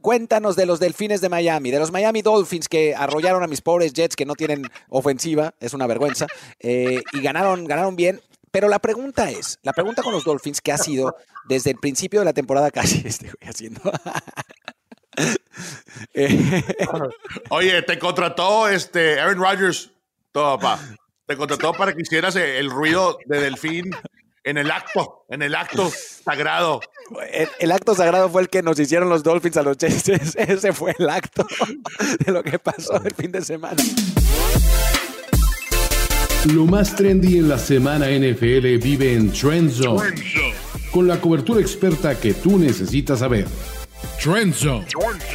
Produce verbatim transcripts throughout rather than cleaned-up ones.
Cuéntanos de los Delfines de Miami, de los Miami Dolphins que arrollaron a mis pobres Jets que no tienen ofensiva, es una vergüenza, eh, y ganaron, ganaron bien. Pero la pregunta es, la pregunta con los Dolphins que ha sido desde el principio de la temporada casi, estoy haciendo... Oye, te contrató este Aaron Rodgers, todo, papá. Te contrató para que hicieras el ruido de delfín en el acto, en el acto sagrado. El, el acto sagrado fue el que nos hicieron los Dolphins a los Jets. Ese fue el acto de lo que pasó el fin de semana. Lo más trendy en la semana N F L vive en Trend Zone, con la cobertura experta que tú necesitas saber. Trend Zone.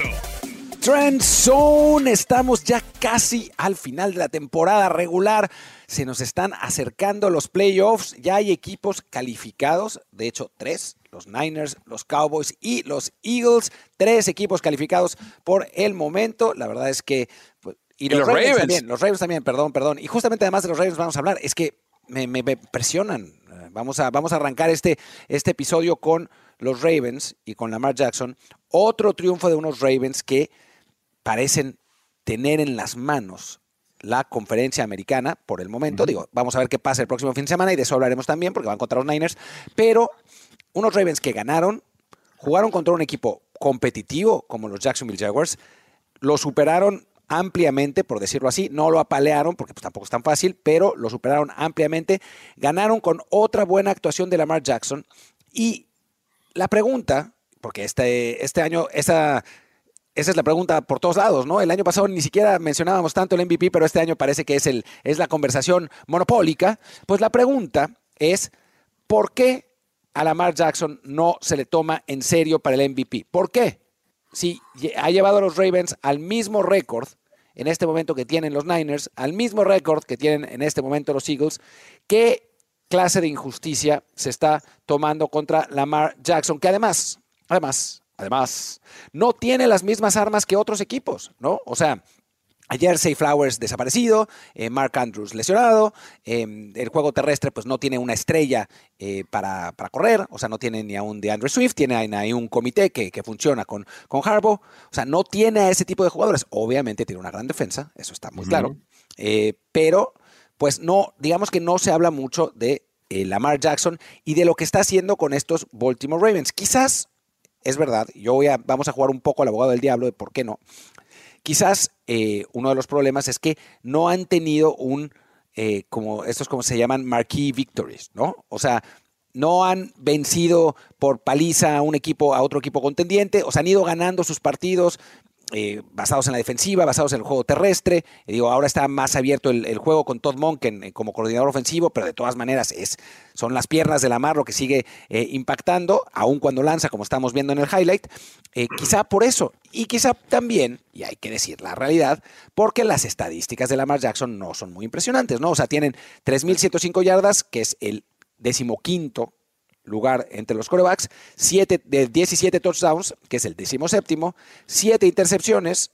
Trend Zone, estamos ya casi al final de la temporada regular. Se nos están acercando los playoffs. Ya hay equipos calificados, de hecho tres, los Niners, los Cowboys y los Eagles. Tres equipos calificados por el momento. La verdad es que... Pues, y, y los, los Ravens, Ravens también, los Ravens también, perdón, perdón. Y justamente además de los Ravens vamos a hablar, es que me, me, me presionan. Vamos a, vamos a arrancar este, este episodio con los Ravens y con Lamar Jackson. Otro triunfo de unos Ravens que parecen tener en las manos la conferencia americana por el momento. Uh-huh. Digo, vamos a ver qué pasa el próximo fin de semana y de eso hablaremos también porque van contra los Niners. Pero unos Ravens que ganaron, jugaron contra un equipo competitivo como los Jacksonville Jaguars, lo superaron ampliamente, por decirlo así, no lo apalearon porque pues, tampoco es tan fácil, pero lo superaron ampliamente, ganaron con otra buena actuación de Lamar Jackson y la pregunta, porque este, este año esa, esa es la pregunta por todos lados, ¿no? El año pasado ni siquiera mencionábamos tanto el M V P, pero este año parece que es, el, es la conversación monopólica, pues la pregunta es, ¿por qué a Lamar Jackson no se le toma en serio para el M V P? ¿Por qué? Si ha llevado a los Ravens al mismo récord en este momento que tienen los Niners, al mismo récord que tienen en este momento los Eagles, ¿qué clase de injusticia se está tomando contra Lamar Jackson? Que además, además, además, no tiene las mismas armas que otros equipos, ¿no? O sea, ayer Zay Flowers desaparecido, eh, Mark Andrews lesionado, eh, el juego terrestre pues no tiene una estrella eh, para, para correr, o sea, no tiene ni a un DeAndre Swift, tiene ahí un comité que, que funciona con, con Harbaugh, o sea, no tiene a ese tipo de jugadores. Obviamente tiene una gran defensa, eso está muy uh-huh. claro, eh, pero pues no, digamos que no se habla mucho de eh, Lamar Jackson y de lo que está haciendo con estos Baltimore Ravens. Quizás, es verdad, yo voy a, vamos a jugar un poco al abogado del diablo de por qué no. Quizás eh, uno de los problemas es que no han tenido un, eh, como estos como se llaman, marquee victories, ¿no? O sea, no han vencido por paliza a un equipo, a otro equipo contendiente, o sea, han ido ganando sus partidos eh, basados en la defensiva, basados en el juego terrestre. Eh, digo, ahora está más abierto el, el juego con Todd Monken eh, como coordinador ofensivo, pero de todas maneras es, son las piernas de Lamar lo que sigue eh, impactando, aun cuando lanza, como estamos viendo en el highlight. Eh, quizá por eso, y quizá también, y hay que decir la realidad, porque las estadísticas de Lamar Jackson no son muy impresionantes, ¿no? O sea, tienen tres mil ciento cinco yardas, que es el decimoquinto lugar entre los quarterbacks, siete, de diecisiete touchdowns, que es el decimoséptimo, siete intercepciones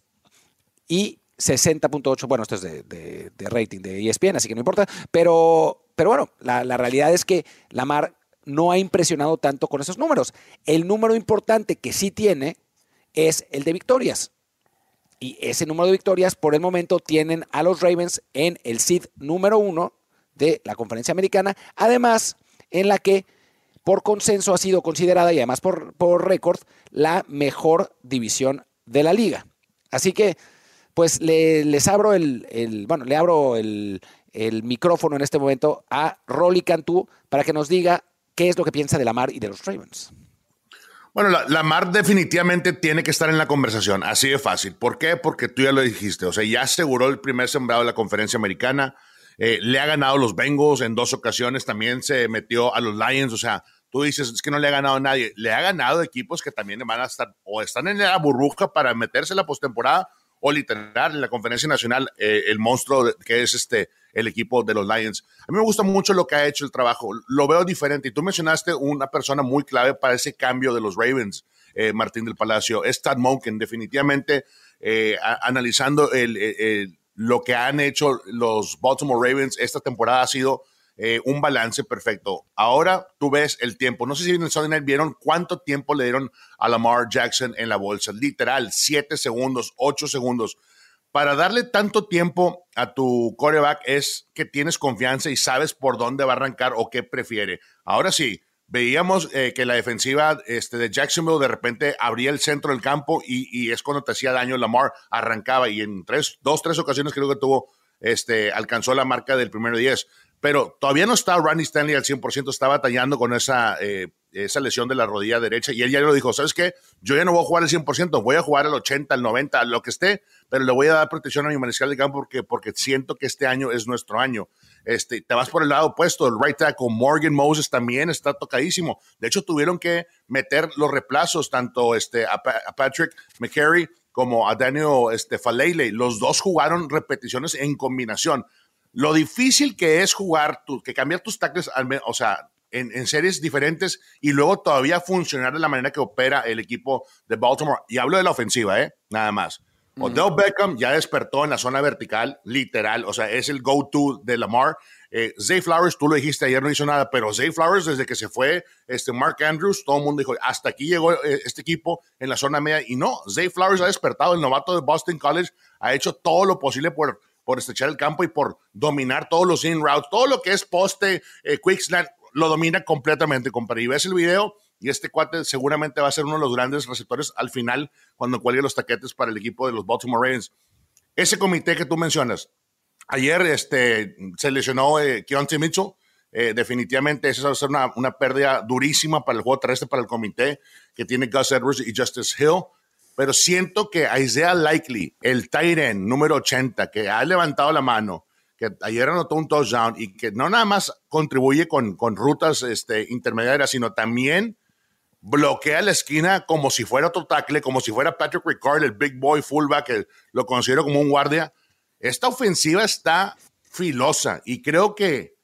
y sesenta punto ocho, bueno, esto es de, de, de rating de E S P N, así que no importa, pero, pero bueno, la, la realidad es que Lamar no ha impresionado tanto con esos números. El número importante que sí tiene es el de victorias. Y ese número de victorias, por el momento, tienen a los Ravens en el seed número uno de la conferencia americana, además en la que por consenso ha sido considerada, y además por, por récord, la mejor división de la liga. Así que, pues, le, les abro el, el bueno, le abro el, el micrófono en este momento a Rolly Cantú para que nos diga qué es lo que piensa de Lamar y de los Ravens. Bueno, la, Lamar definitivamente tiene que estar en la conversación, así de fácil. ¿Por qué? Porque tú ya lo dijiste, o sea, ya aseguró el primer sembrado de la conferencia americana, eh, le ha ganado los Bengals en dos ocasiones, también se metió a los Lions, o sea, tú dices, es que no le ha ganado a nadie, le ha ganado equipos que también van a estar, o están en la burbuja para meterse en la postemporada, o literal en la conferencia nacional, eh, el monstruo de, que es este el equipo de los Lions. A mí me gusta mucho lo que ha hecho el trabajo, lo veo diferente, y tú mencionaste una persona muy clave para ese cambio de los Ravens, eh, Martín del Palacio, es Todd Monken, definitivamente eh, a, analizando el, el, el, lo que han hecho los Baltimore Ravens esta temporada ha sido eh, un balance perfecto. Ahora tú ves el tiempo. No sé si en el Sunday Night vieron cuánto tiempo le dieron a Lamar Jackson en la bolsa. Literal, siete segundos, ocho segundos. Para darle tanto tiempo a tu quarterback es que tienes confianza y sabes por dónde va a arrancar o qué prefiere. Ahora sí, veíamos eh, que la defensiva este, de Jacksonville de repente abría el centro del campo y, y es cuando te hacía daño. Lamar arrancaba y en tres, dos, tres ocasiones creo que tuvo, este, alcanzó la marca del primero diez. Pero todavía no está Ronnie Stanley al cien por ciento, está batallando con esa, eh, esa lesión de la rodilla derecha y él ya lo dijo, ¿sabes qué? Yo ya no voy a jugar al cien por ciento, voy a jugar al ochenta, al noventa, a lo que esté, pero le voy a dar protección a mi mariscal de campo porque, porque siento que este año es nuestro año. Este, te vas por el lado opuesto, el right tackle Morgan Moses también está tocadísimo. De hecho, tuvieron que meter los reemplazos tanto este, a, Pa- a Patrick McCary como a Daniel este, Falele. Los dos jugaron repeticiones en combinación. Lo difícil que es jugar, tu, que cambiar tus tackles, o sea, en, en series diferentes y luego todavía funcionar de la manera que opera el equipo de Baltimore. Y hablo de la ofensiva, ¿eh? Nada más. Uh-huh. Odell Beckham ya despertó en la zona vertical, literal, o sea, es el go-to de Lamar. Eh, Zay Flowers, tú lo dijiste ayer, no hizo nada, pero Zay Flowers, desde que se fue este Mark Andrews, todo el mundo dijo, hasta aquí llegó eh, este equipo en la zona media. Y no, Zay Flowers ha despertado, el novato de Boston College ha hecho todo lo posible por por estrechar el campo y por dominar todos los in routes, todo lo que es poste, eh, quick slant, lo domina completamente, compadre. Y ves el video y este cuate seguramente va a ser uno de los grandes receptores al final cuando cuelgue los taquetes para el equipo de los Baltimore Ravens. Ese comité que tú mencionas, ayer este, se lesionó eh, Keontae Mitchell, eh, definitivamente esa va a ser una, una pérdida durísima para el juego terrestre, para el comité que tiene Gus Edwards y Justice Hill. Pero siento que Isaiah Likely, el tight end número ochenta, que ha levantado la mano, que ayer anotó un touchdown y que no nada más contribuye con, con rutas este, intermediarias, sino también bloquea la esquina como si fuera otro tackle, como si fuera Patrick Ricard, el big boy fullback, que lo considero como un guardia. Esta ofensiva está filosa y creo que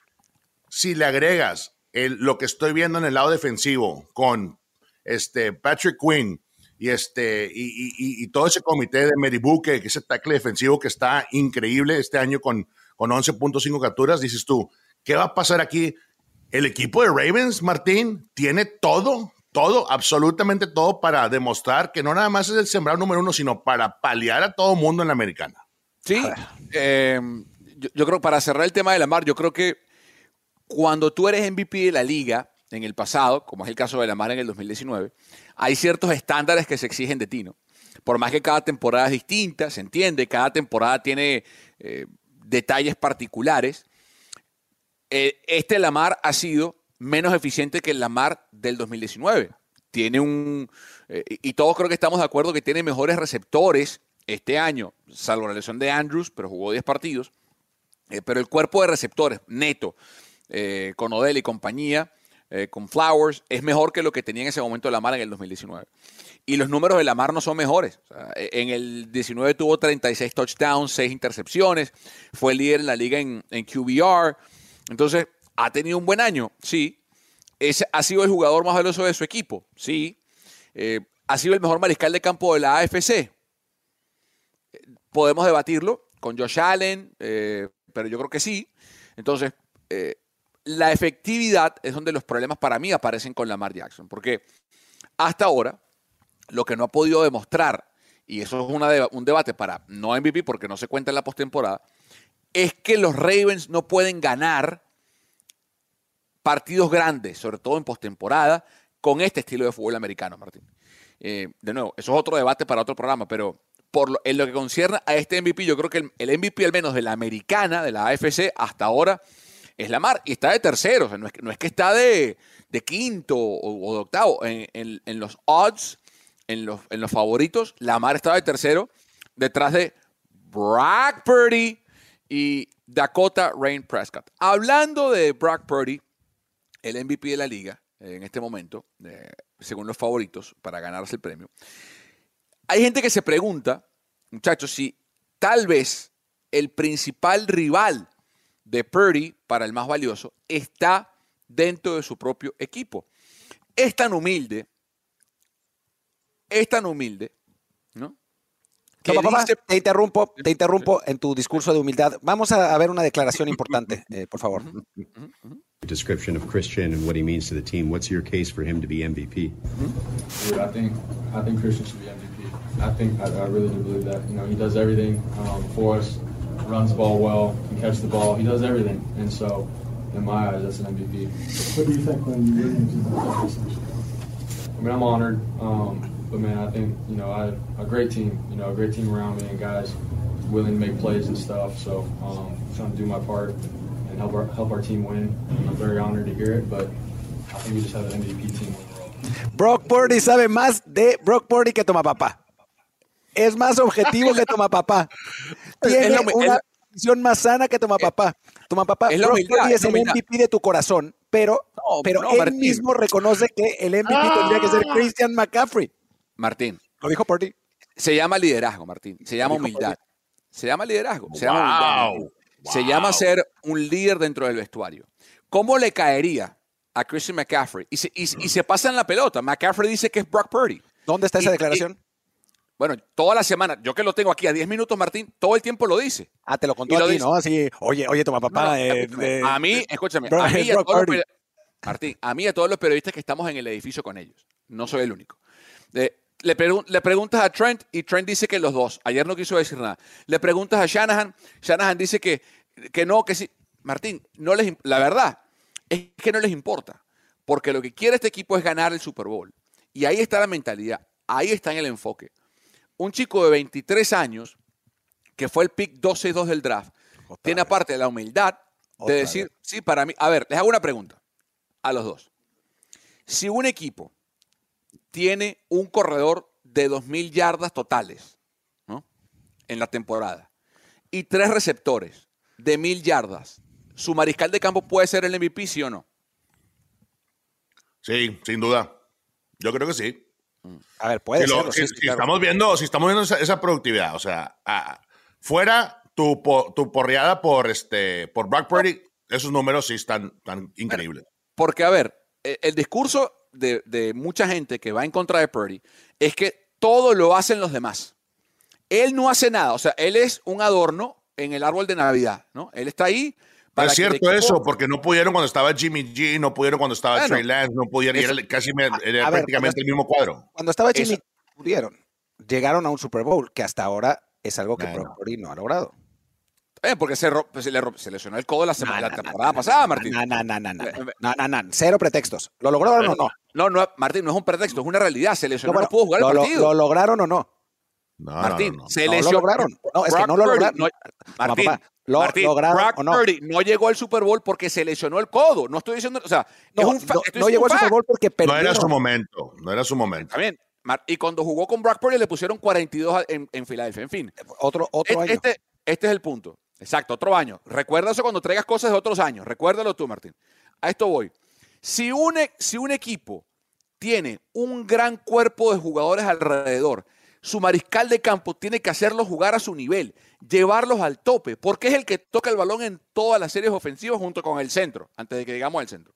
si le agregas el, lo que estoy viendo en el lado defensivo con este, Patrick Quinn, Y, este, y, y, y todo ese comité de Meribuque, que ese tackle defensivo que está increíble este año con, con once punto cinco capturas, dices tú, ¿qué va a pasar aquí? El equipo de Ravens, Martín, tiene todo, todo, absolutamente todo para demostrar que no nada más es el sembrado número uno, sino para paliar a todo mundo en la americana. Sí, eh, yo, yo creo, para cerrar el tema de Lamar, yo creo que cuando tú eres M V P de la liga, en el pasado, como es el caso de Lamar en el dos mil diecinueve, hay ciertos estándares que se exigen de ti, ¿no? Por más que cada temporada es distinta, se entiende, cada temporada tiene eh, detalles particulares. Eh, este Lamar ha sido menos eficiente que el Lamar del dos mil diecinueve. Tiene un... Eh, y todos creo que estamos de acuerdo que tiene mejores receptores este año, salvo la lesión de Andrews, pero jugó diez partidos. Eh, pero el cuerpo de receptores, neto, eh, con Odell y compañía, Eh, con Flowers, es mejor que lo que tenía en ese momento Lamar en el dos mil diecinueve. Y los números de Lamar no son mejores. O sea, en el diecinueve tuvo treinta y seis touchdowns, seis intercepciones, fue líder en la liga en, en Q B R. Entonces, ¿ha tenido un buen año? Sí. ¿Es, ¿Ha sido el jugador más valioso de su equipo? Sí. Eh, ¿Ha sido el mejor mariscal de campo de la A F C? Podemos debatirlo con Josh Allen, eh, pero yo creo que sí. Entonces, eh, la efectividad es donde los problemas para mí aparecen con Lamar Jackson, porque hasta ahora lo que no ha podido demostrar, y eso es una de, un debate para no M V P porque no se cuenta en la postemporada, es que los Ravens no pueden ganar partidos grandes, sobre todo en postemporada, con este estilo de fútbol americano, Martín. Eh, de nuevo, eso es otro debate para otro programa, pero por lo, en lo que concierne a este M V P, yo creo que el, el M V P al menos de la americana, de la A F C, hasta ahora es Lamar, y está de tercero, o sea, no, es, no es que está de, de quinto o, o de octavo, en, en, en los odds, en los, en los favoritos, Lamar estaba de tercero, detrás de Brock Purdy y Dakota Rain Prescott. Hablando de Brock Purdy, el M V P de la liga, en este momento, eh, según los favoritos, para ganarse el premio, hay gente que se pregunta, muchachos, si tal vez el principal rival de Purdy para el más valioso está dentro de su propio equipo. Es tan humilde, es tan humilde, ¿no? que Toma, papá, dice... te interrumpo, te interrumpo en tu discurso de humildad. Vamos a, a ver una declaración importante, eh, por favor. Description of Christian and what he means to the team. What's your case for him to be M V P? Dude, I think I think Christian should be M V P. I think I, I really do believe that. You know, he does everything um, for us. Runs the ball well, can catch the ball. He does everything, and so in my eyes, that's an M V P. What do you think when you win these? I mean, I'm honored, um, but man, I think you know I have a great team. You know, a great team around me, and guys willing to make plays and stuff. So um, trying to do my part and help our help our team win. I'm very honored to hear it, but I think we just have an M V P team overall. Brock Purdy sabe más de Brock Purdy que Toma Papá. Es más objetivo que Toma Papá. Tiene Es lo- una es- visión más sana que Toma Papá. Toma Papá, es la Brock humildad, Purdy es es la el humildad. M V P de tu corazón, pero, No, pero no, él Martín. mismo reconoce que el M V P tendría que ser Christian McCaffrey. Martín, Lo dijo Purdy. se llama liderazgo, Martín. Se llama Lo dijo humildad. Se llama liderazgo. Se llama Wow, humildad. Martín. Se wow. llama ser un líder dentro del vestuario. ¿Cómo le caería a Christian McCaffrey? Y se, y, y se pasa en la pelota. McCaffrey dice que es Brock Purdy. ¿Dónde está esa Y- declaración? Bueno, toda la semana, yo que lo tengo aquí a diez minutos, Martín, todo el tiempo lo dice. Ah, te lo contó y a lo ti, dice. ¿no? Así, oye, oye, Toma Papá. No, no, eh, escúchame, eh, a mí, escúchame, Bro- a mí y a Brock todos los Purdy. peri- Martín, a mí y a todos los periodistas que estamos en el edificio con ellos. No soy el único. Eh, le, pregun- le preguntas a Trent y Trent dice que los dos. Ayer no quiso decir nada. Le preguntas a Shanahan, Shanahan dice que, que no, que sí. Martín, no les, im- la verdad es que no les importa. Porque lo que quiere este equipo es ganar el Super Bowl. Y ahí está la mentalidad. Ahí está en el enfoque. Un chico de veintitrés años, que fue el pick doce y dos del draft, Otra tiene vez. aparte la humildad de Otra decir, vez. sí, para mí, a ver, les hago una pregunta a los dos. Si un equipo tiene un corredor de dos mil yardas totales, ¿no?, en la temporada y tres receptores de mil yardas, ¿su mariscal de campo puede ser el M V P, sí o no? Sí, sin duda. Yo creo que sí. A ver, puede Si, lo- serlo, si- sí, si sí, claro. estamos viendo, si estamos viendo esa, esa productividad, o sea, ah, fuera tu, po- tu porreada por este por Brock Purdy, esos números sí están tan increíbles. Porque, a ver, eh, el discurso de, de mucha gente que va en contra de Purdy es que todo lo hacen los demás. Él no hace nada, o sea, él es un adorno en el árbol de Navidad, ¿no? Él está ahí No para es que el cierto equipo- eso, porque no pudieron cuando estaba Jimmy G, no pudieron cuando estaba Bueno, Trey Lance, no pudieron, y eso- era casi me- era a ver, prácticamente cuando- el mismo cuadro. Cuando estaba Jimmy, Eso- pudieron. Llegaron a un Super Bowl, que hasta ahora es algo que Bueno. Brock Purdy no ha logrado. Eh, porque se, ro- pues, se, le ro- se lesionó el codo la, semana, No, la no, no, temporada no, pasada, no, Martín. No, no, no, no, no, Eh, no, no, no, cero pretextos. ¿Lo lograron o no? No, no, Martín, no es un pretexto, es una realidad. Se lesionó, No, bueno, no pudo jugar el lo, lo- partido. ¿Lo lograron o no? No, Martín, no, no. se No lo lesionó. lograron. No, es que Brock no lo Purdy lograron. no- Martín, papá, ¿lo Martín, lograron Brock o no? Purdy no llegó al Super Bowl porque se lesionó el codo. No estoy diciendo, o sea, es No, un fa- no, esto no es llegó un al Super fact. Bowl porque No perdieron. era su momento, no era su momento. Está bien. Mar- Y cuando jugó con Brock Purdy le pusieron cuarenta y dos a- en, en Filadelfia. En fin, Otro, otro este, año. este, este es el punto. Exacto, otro año. Recuerda eso cuando traigas cosas de otros años. Recuérdalo tú, Martín. A esto voy. Si un, e- si un equipo tiene un gran cuerpo de jugadores alrededor, su mariscal de campo tiene que hacerlos jugar a su nivel, llevarlos al tope, porque es el que toca el balón en todas las series ofensivas junto con el centro, antes de que llegamos al centro.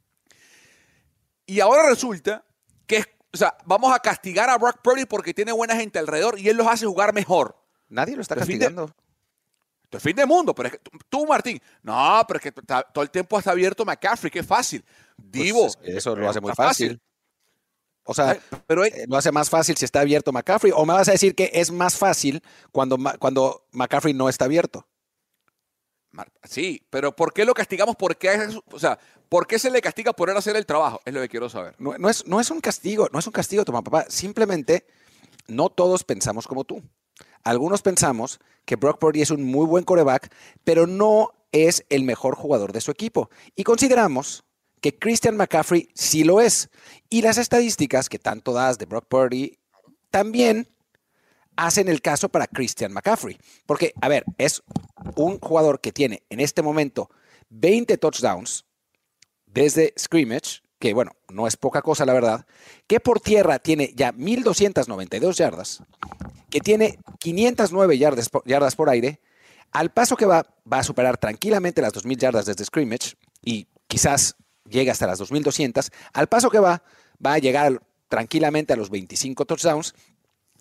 Y ahora resulta que es- o sea, vamos a castigar a Brock Purdy porque tiene buena gente alrededor y él los hace jugar mejor. Nadie lo está Pero fin de- castigando. Esto es fin de mundo, pero es que tú, tú, Martín, no, pero es que está- todo el tiempo está abierto McCaffrey, qué fácil. Divo. Pues es que eso lo hace muy está fácil. O sea, Ay, pero él- eh, lo hace más fácil si está abierto McCaffrey. ¿O me vas a decir que es más fácil cuando, Ma- cuando McCaffrey no está abierto? Mar- Sí, pero ¿por qué lo castigamos? ¿Por qué, hace su- o sea, ¿por qué se le castiga por él hacer el trabajo? Es lo que quiero saber. No, no es, no es un castigo, no es un castigo, toma papá. Simplemente no todos pensamos como tú. Algunos pensamos que Brock Purdy es un muy buen quarterback, pero no es el mejor jugador de su equipo. Y consideramos que Christian McCaffrey sí lo es. Y las estadísticas que tanto das de Brock Purdy también hacen el caso para Christian McCaffrey. Porque, a ver, es un jugador que tiene en este momento veinte touchdowns desde scrimmage, que bueno, no es poca cosa la verdad, que por tierra tiene ya mil doscientas noventa y dos yardas, que tiene quinientas nueve yardas por, yardas por aire, al paso que va, va a superar tranquilamente las dos mil yardas desde scrimmage y quizás llegue hasta las dos mil doscientas, al paso que va, va a llegar tranquilamente a los veinticinco touchdowns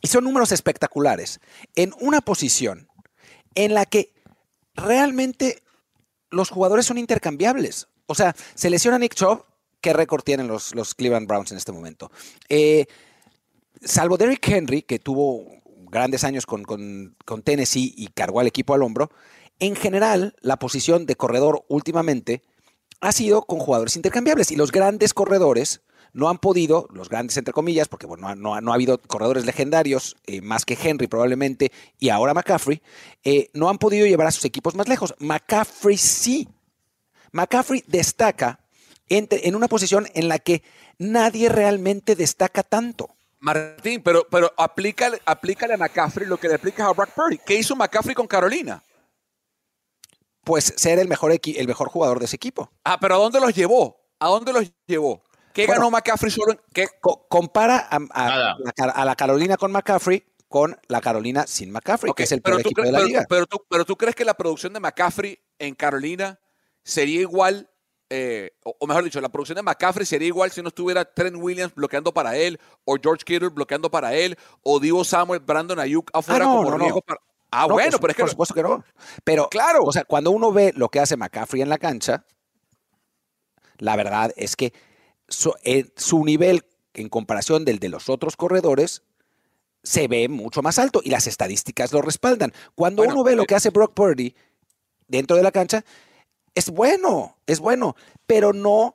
Y son números espectaculares en una posición en la que realmente los jugadores son intercambiables. O sea, se lesiona Nick Chubb, ¿qué récord tienen los, los Cleveland Browns en este momento? Eh, salvo Derrick Henry, que tuvo grandes años con, con, con Tennessee y cargó al equipo al hombro, en general, la posición de corredor últimamente ha sido con jugadores intercambiables. Y los grandes corredores no han podido, los grandes entre comillas, porque bueno, no, ha, no ha habido corredores legendarios, eh, más que Henry probablemente, y ahora McCaffrey, eh, no han podido llevar a sus equipos más lejos. McCaffrey sí. McCaffrey destaca en, en una posición en la que nadie realmente destaca tanto. Martín, pero, pero aplícale, aplícale a McCaffrey lo que le aplicas a Brock Purdy. ¿Qué hizo McCaffrey con Carolina? Pues ser el mejor, equi- el mejor jugador de ese equipo. Ah, pero ¿a dónde los llevó? ¿A dónde los llevó? ¿Qué Bueno, ganó McCaffrey solo en qué? Co- compara a, a- Nada. la, a la Carolina con McCaffrey con la Carolina sin McCaffrey, Ok, que es el pero peor tú equipo cre- de la pero- liga. Pero tú, pero tú crees que la producción de McCaffrey en Carolina sería igual, eh, o, o mejor dicho, la producción de McCaffrey sería igual si no estuviera Trent Williams bloqueando para él, o George Kittle bloqueando para él, o Divo Samuel, Brandon Ayuk afuera Ah, no, como no, no. riesgo para... Ah, No, bueno, por, pero es que... por supuesto que no. Pero, Claro. o sea, cuando uno ve lo que hace McCaffrey en la cancha, la verdad es que su, eh, su nivel en comparación del de los otros corredores se ve mucho más alto y las estadísticas lo respaldan. Cuando Bueno, uno ve lo eh, que hace Brock Purdy dentro de la cancha, es bueno, es bueno, pero no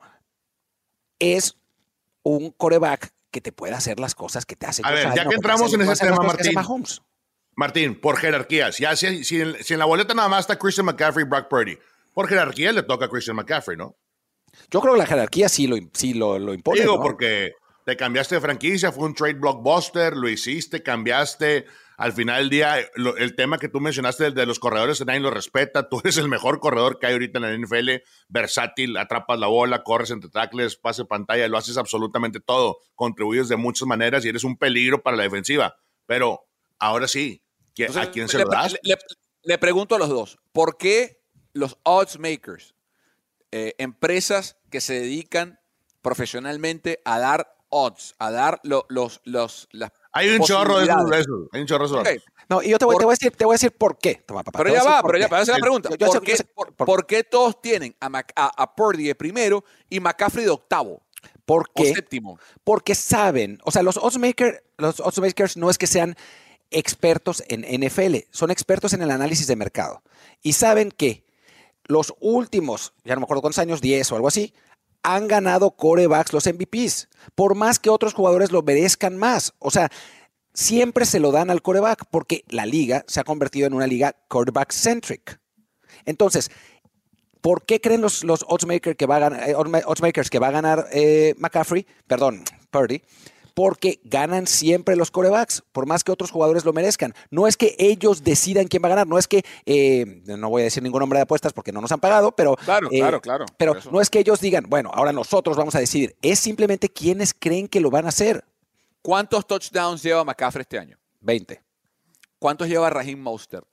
es un quarterback que te pueda hacer las cosas que te hace A ver, Josh ya Allen, que o te entramos hace- en puede ese hacer las tema, cosas que hace Martín. Mahomes. Martín, por jerarquías. Ya si, si, en, si en la boleta nada más está Christian McCaffrey y Brock Purdy, por jerarquía le toca a Christian McCaffrey, ¿no? Yo creo que la jerarquía sí lo, sí lo, lo impone. Digo, ¿no? porque te cambiaste de franquicia, fue un trade blockbuster, lo hiciste, cambiaste. Al final del día, lo, el tema que tú mencionaste del de los corredores, nadie lo respeta. Tú eres el mejor corredor que hay ahorita en la N F L, versátil, atrapas la bola, corres entre tackles, pase pantalla, lo haces absolutamente todo. Contribuyes de muchas maneras y eres un peligro para la defensiva. Pero ahora sí, ¿quién- Entonces, ¿a quién se le, lo das? Le, le- le pregunto a los dos, ¿por qué los odds makers, eh, empresas que se dedican profesionalmente a dar odds, a dar lo- los, los, las Hay un chorro de esos, posibilidades? de esos, hay un chorro de esos. Ok, No, y yo te voy, Por- te voy a decir, te voy a decir por qué. Toma, papá, pero te voy ya a decir va, por pero ya, qué. pero esa es la pregunta. Yo- yo sé- ¿Por, yo qué, sé- por- por- por qué todos tienen a, Mac- a, a Purdy de primero y McCaffrey de octavo ¿Por o qué? séptimo? Porque saben, o sea, los oddsmakers, los oddsmakers no es que sean expertos en N F L, son expertos en el análisis de mercado. Y saben que los últimos, ya no me acuerdo cuántos años, diez o algo así, han ganado quarterbacks los M V Ps, por más que otros jugadores lo merezcan más. O sea, siempre se lo dan al quarterback porque la liga se ha convertido en una liga quarterback-centric. Entonces, ¿por qué creen los, los oddsmakers que va a ganar, eh, oddsmakers que va a ganar eh, McCaffrey? Perdón, Purdy. Porque ganan siempre los quarterbacks, por más que otros jugadores lo merezcan. No es que ellos decidan quién va a ganar, no es que, eh, no voy a decir ningún nombre de apuestas porque no nos han pagado, pero, Claro, eh, claro, claro. pero Por eso. no es que ellos digan, bueno, ahora nosotros vamos a decidir. Es simplemente quienes creen que lo van a hacer. ¿Cuántos touchdowns lleva McCaffrey este año? veinte. ¿Cuántos lleva Raheem Mostert?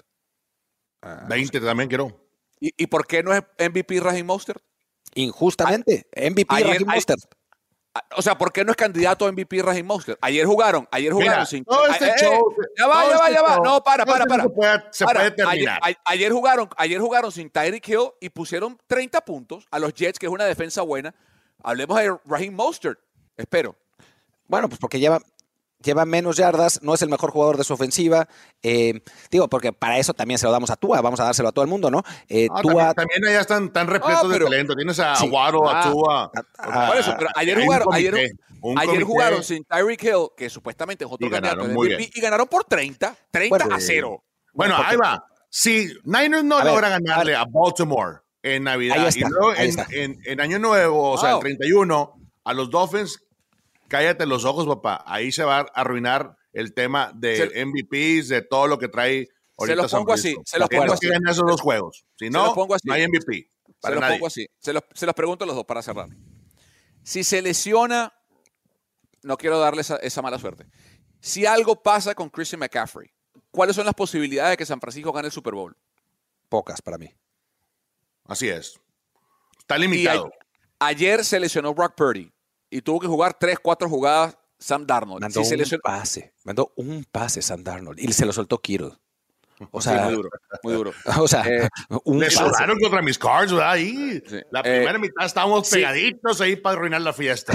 veinte también quiero. ¿Y, y por qué no es M V P Raheem Mostert? Injustamente. M V P ayer- Raheem ayer- Mostert. Ah, O sea, ¿por qué no es candidato a M V P Raheem Mostert? Ayer jugaron, ayer jugaron Mira, sin... todo este Ah, eh, show- ya va, todo ya va, este ya va. show- No, para, todo para, este para. show Se puede, se Para, puede terminar. Ayer, a- ayer jugaron, ayer jugaron sin Tyreek Hill y pusieron treinta puntos a los Jets, que es una defensa buena. Hablemos de Raheem Mostert. Espero. Bueno, pues porque lleva, lleva menos yardas, no es el mejor jugador de su ofensiva. Eh, digo, porque para eso también se lo damos a Tua, vamos a dárselo a todo el mundo, ¿no? Eh, Ah, Tua, también, también allá están tan repletos Ah, pero- de talento. Tienes a Sí. Aguaro, a Ah, Tua. ah, Por eso, pero ayer hay un jugaron, comité, ayer, un ayer comité. jugaron sin Tyreek Hill, que supuestamente es otro Y candidato ganaron de muy M V P, bien. y ganaron por treinta, treinta Bueno, a cero. Bueno, porque- ahí va. Si Niners no A ver, logra a ganarle a, Baltimore en Navidad Ahí está, y luego ahí en, está. en- en Año Nuevo, o sea, el Wow. treinta y uno, a los Dolphins, cállate los ojos, papá. Ahí se va a arruinar el tema de Se- M V Ps, de todo lo que trae ahorita los San pongo así, Francisco. se los Tienes pongo que así. ganar esos dos juegos. Si Se no, los pongo así. no hay M V P. Se Para los nadie. pongo así. Se los, se los pregunto a los dos para cerrar. Si se lesiona, no quiero darle esa, esa mala suerte. Si algo pasa con Christian McCaffrey, ¿cuáles son las posibilidades de que San Francisco gane el Super Bowl? pocas para mí. Así es. Está Y limitado. a- ayer se lesionó Brock Purdy y tuvo que jugar tres, cuatro jugadas Sam Darnold. Mandó si se un lesiona... pase, mandó un pase Sam Darnold y se lo soltó Kittle. O Sí, sea, muy duro, muy duro. o sea, Eh, un Le pase. sobraron contra mis Cards, ¿verdad? Ahí. Sí. La Eh, primera mitad estábamos sí. pegaditos ahí para arruinar la fiesta.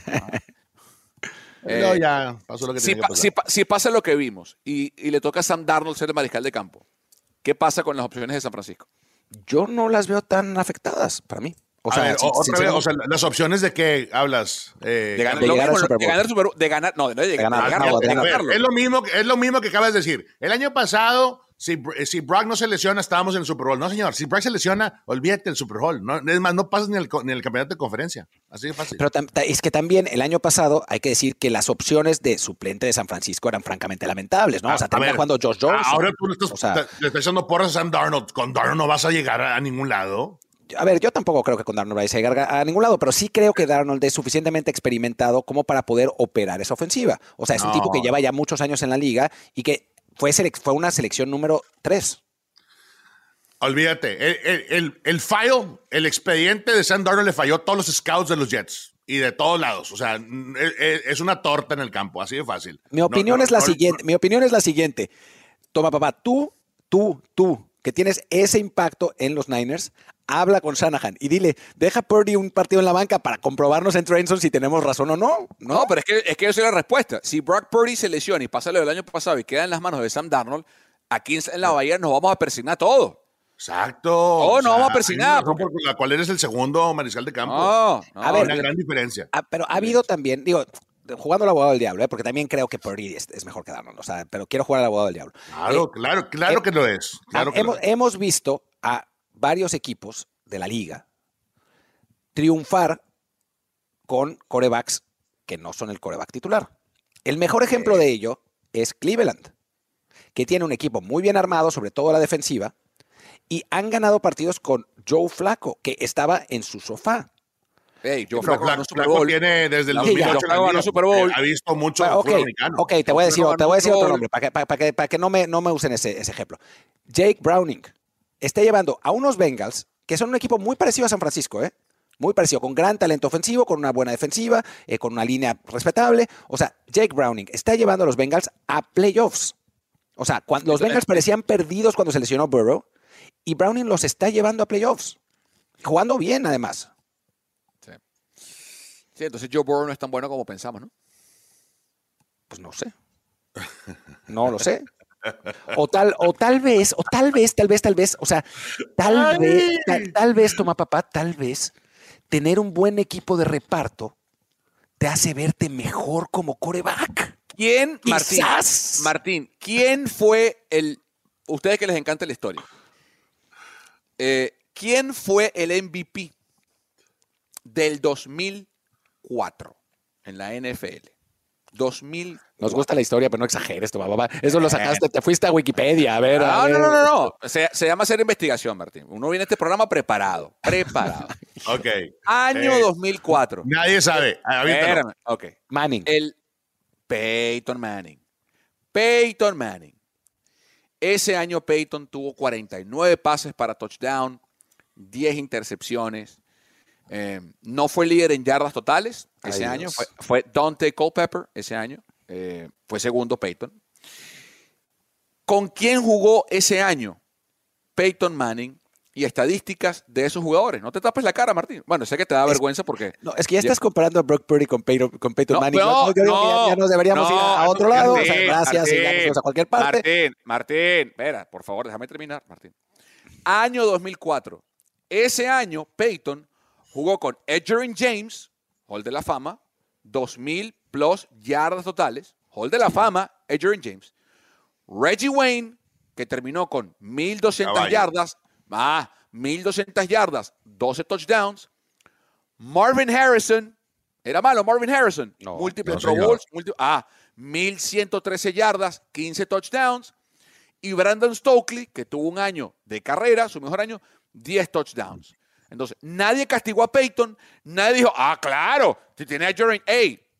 Eh, No, ya pasó lo que si, tenía pa- que pasar. si pa- si pasa lo que vimos y, y le toca a Sam Darnold ser el mariscal de campo, ¿qué pasa con las opciones de San Francisco? Yo no las veo tan afectadas para mí. O A sea, ver, sin- o- otra vez, o sinceramente, sea, las opciones de qué hablas. Eh, De ganar, de lo llegar al mismo, Super de Bowl. ganar el Super Bowl, de ganar, no, de, de ganar, ganar, de no, ganar, de de A ver, ganarlo. es lo mismo, es lo mismo que acabas de decir. El año pasado, si, Br- si Brock no se lesiona, estábamos en el Super Bowl. No, señor, si Brock se lesiona, olvídate del Super Bowl. No, es más, no pasas ni el, co- ni el campeonato de conferencia. Así de fácil. pero tam- ta- es que también el año pasado hay que decir que las opciones de suplente de San Francisco eran francamente lamentables, ¿no? O sea, A termina ver, jugando Josh Johnson. Ahora tú le estás, O sea, te- le estás echando porras a Sam Darnold. Con Darnold no vas a llegar a, a ningún lado. A ver, yo tampoco creo que con Darnold vaya a llegar a ningún lado, pero sí creo que Darnold es suficientemente experimentado como para poder operar esa ofensiva. O sea, es un No. tipo que lleva ya muchos años en la liga y que fue, selec- fue una selección número tres. Olvídate. El, el, el, el file, el expediente de Sam Darnold le falló a todos los scouts de los Jets y de todos lados. O sea, es, es una torta en el campo, así de fácil. Mi opinión No, no, es la no, siguiente. Mi opinión es la siguiente. Toma, papá, tú, tú, tú, que tienes ese impacto en los Niners, habla con Shanahan y dile, deja Purdy un partido en la banca para comprobarnos en Trenson si tenemos razón o no. No, No, pero es que, es que yo sé la respuesta. Si Brock Purdy se lesiona y pasa lo del año pasado y queda en las manos de Sam Darnold, aquí en, en la Bahía nos vamos a persignar todos. Exacto. Oh, no vamos a persignar, hay una razón por la cual eres el segundo mariscal de campo. No, no. A Hay ver, una gran diferencia. Ah, pero ha habido también, digo, jugando al abogado del diablo, ¿eh? Porque también creo que Purdy es, es mejor que Darnold, o sea, pero quiero jugar al abogado del diablo. Claro, Eh, claro, claro eh, que lo es. Claro ah, que lo hemos, es. hemos visto a varios equipos de la liga triunfar con corebacks que no son el coreback titular. El mejor ejemplo de ello es Cleveland, que tiene un equipo muy bien armado, sobre todo la defensiva, y han ganado partidos con Joe Flacco, que estaba en su sofá. Hey, Joe Pero Flacco ganó Flacco, Super Flacco Bowl. tiene desde el Sí, dos mil ya, ocho Joe Flacco ganó Super Bowl. Ha visto mucho Bueno, ok, fútbol americano. ok, te voy a decir, Flacco te voy a decir ganó otro Super nombre, para que, para, para que, para que no, me, no me usen ese, ese ejemplo. Jake Browning está llevando a unos Bengals, que son un equipo muy parecido a San Francisco, ¿eh? Muy parecido, con gran talento ofensivo, con una buena defensiva, eh, con una línea respetable. O sea, Jake Browning está llevando a los Bengals a playoffs. O sea, cuando los Bengals parecían perdidos cuando se lesionó Burrow, y Browning los está llevando a playoffs. Jugando bien, además. Sí. Sí, entonces Joe Burrow no es tan bueno como pensamos, ¿no? Pues no sé. No lo sé. O tal, o tal vez, o tal vez, tal vez, tal vez, o sea, tal Ay. vez, tal, tal vez, toma papá, tal vez, tener un buen equipo de reparto te hace verte mejor como coreback. ¿Quién, Martín, Quizás. Martín, quién fue el, ustedes que les encanta la historia, eh, quién fue el M V P del dos mil cuatro en la N F L? dos mil cuatro. Nos gusta la historia, pero no exageres, toma papá. Eso lo sacaste, te fuiste a Wikipedia, a ver. a No, ver. no, no, no, no. Se, se llama hacer investigación, Martín. Uno viene a este programa preparado, preparado. Ok. Año Eh, dos mil cuatro. Nadie sabe. Aviéntalo. Espérame, ok. Manning. El Peyton Manning. Peyton Manning. Ese año Peyton tuvo cuarenta y nueve pases para touchdown, diez intercepciones. Eh, no fue líder en yardas totales ese Ay, año. Dios. Fue, fue Dante Culpepper ese año. Eh, fue segundo Peyton. ¿Con quién jugó ese año Peyton Manning? Y estadísticas de esos jugadores. No te tapes la cara, Martín. Bueno, sé que te da Es- vergüenza porque... No, es que ya estás comparando a Brock Purdy con Peyton, con Peyton No, Manning. no, Yo creo que ya, ya nos deberíamos no, ir a, a otro Martín, lado. O sea, gracias y ya nos Martín, vemos a cualquier parte. Martín, Martín, espera, por favor, déjame terminar, Martín. Año dos mil cuatro. Ese año, Peyton jugó con Edgerrin James, Hall de la Fama, dos mil plus yardas totales, Hall de la Fama, Edgerrin James. Reggie Wayne, que terminó con mil doscientas Caballo. yardas, ah, mil doscientas yardas, doce touchdowns. Marvin Harrison, ¿era malo Marvin Harrison? No, múltiples no, Pro señor. Bowls, múlti- ah, mil ciento trece yardas, quince touchdowns. Y Brandon Stokely, que tuvo un año de carrera, su mejor año, diez touchdowns. Entonces, nadie castigó a Peyton, nadie dijo, ah, claro, si tiene a Jordan, hey,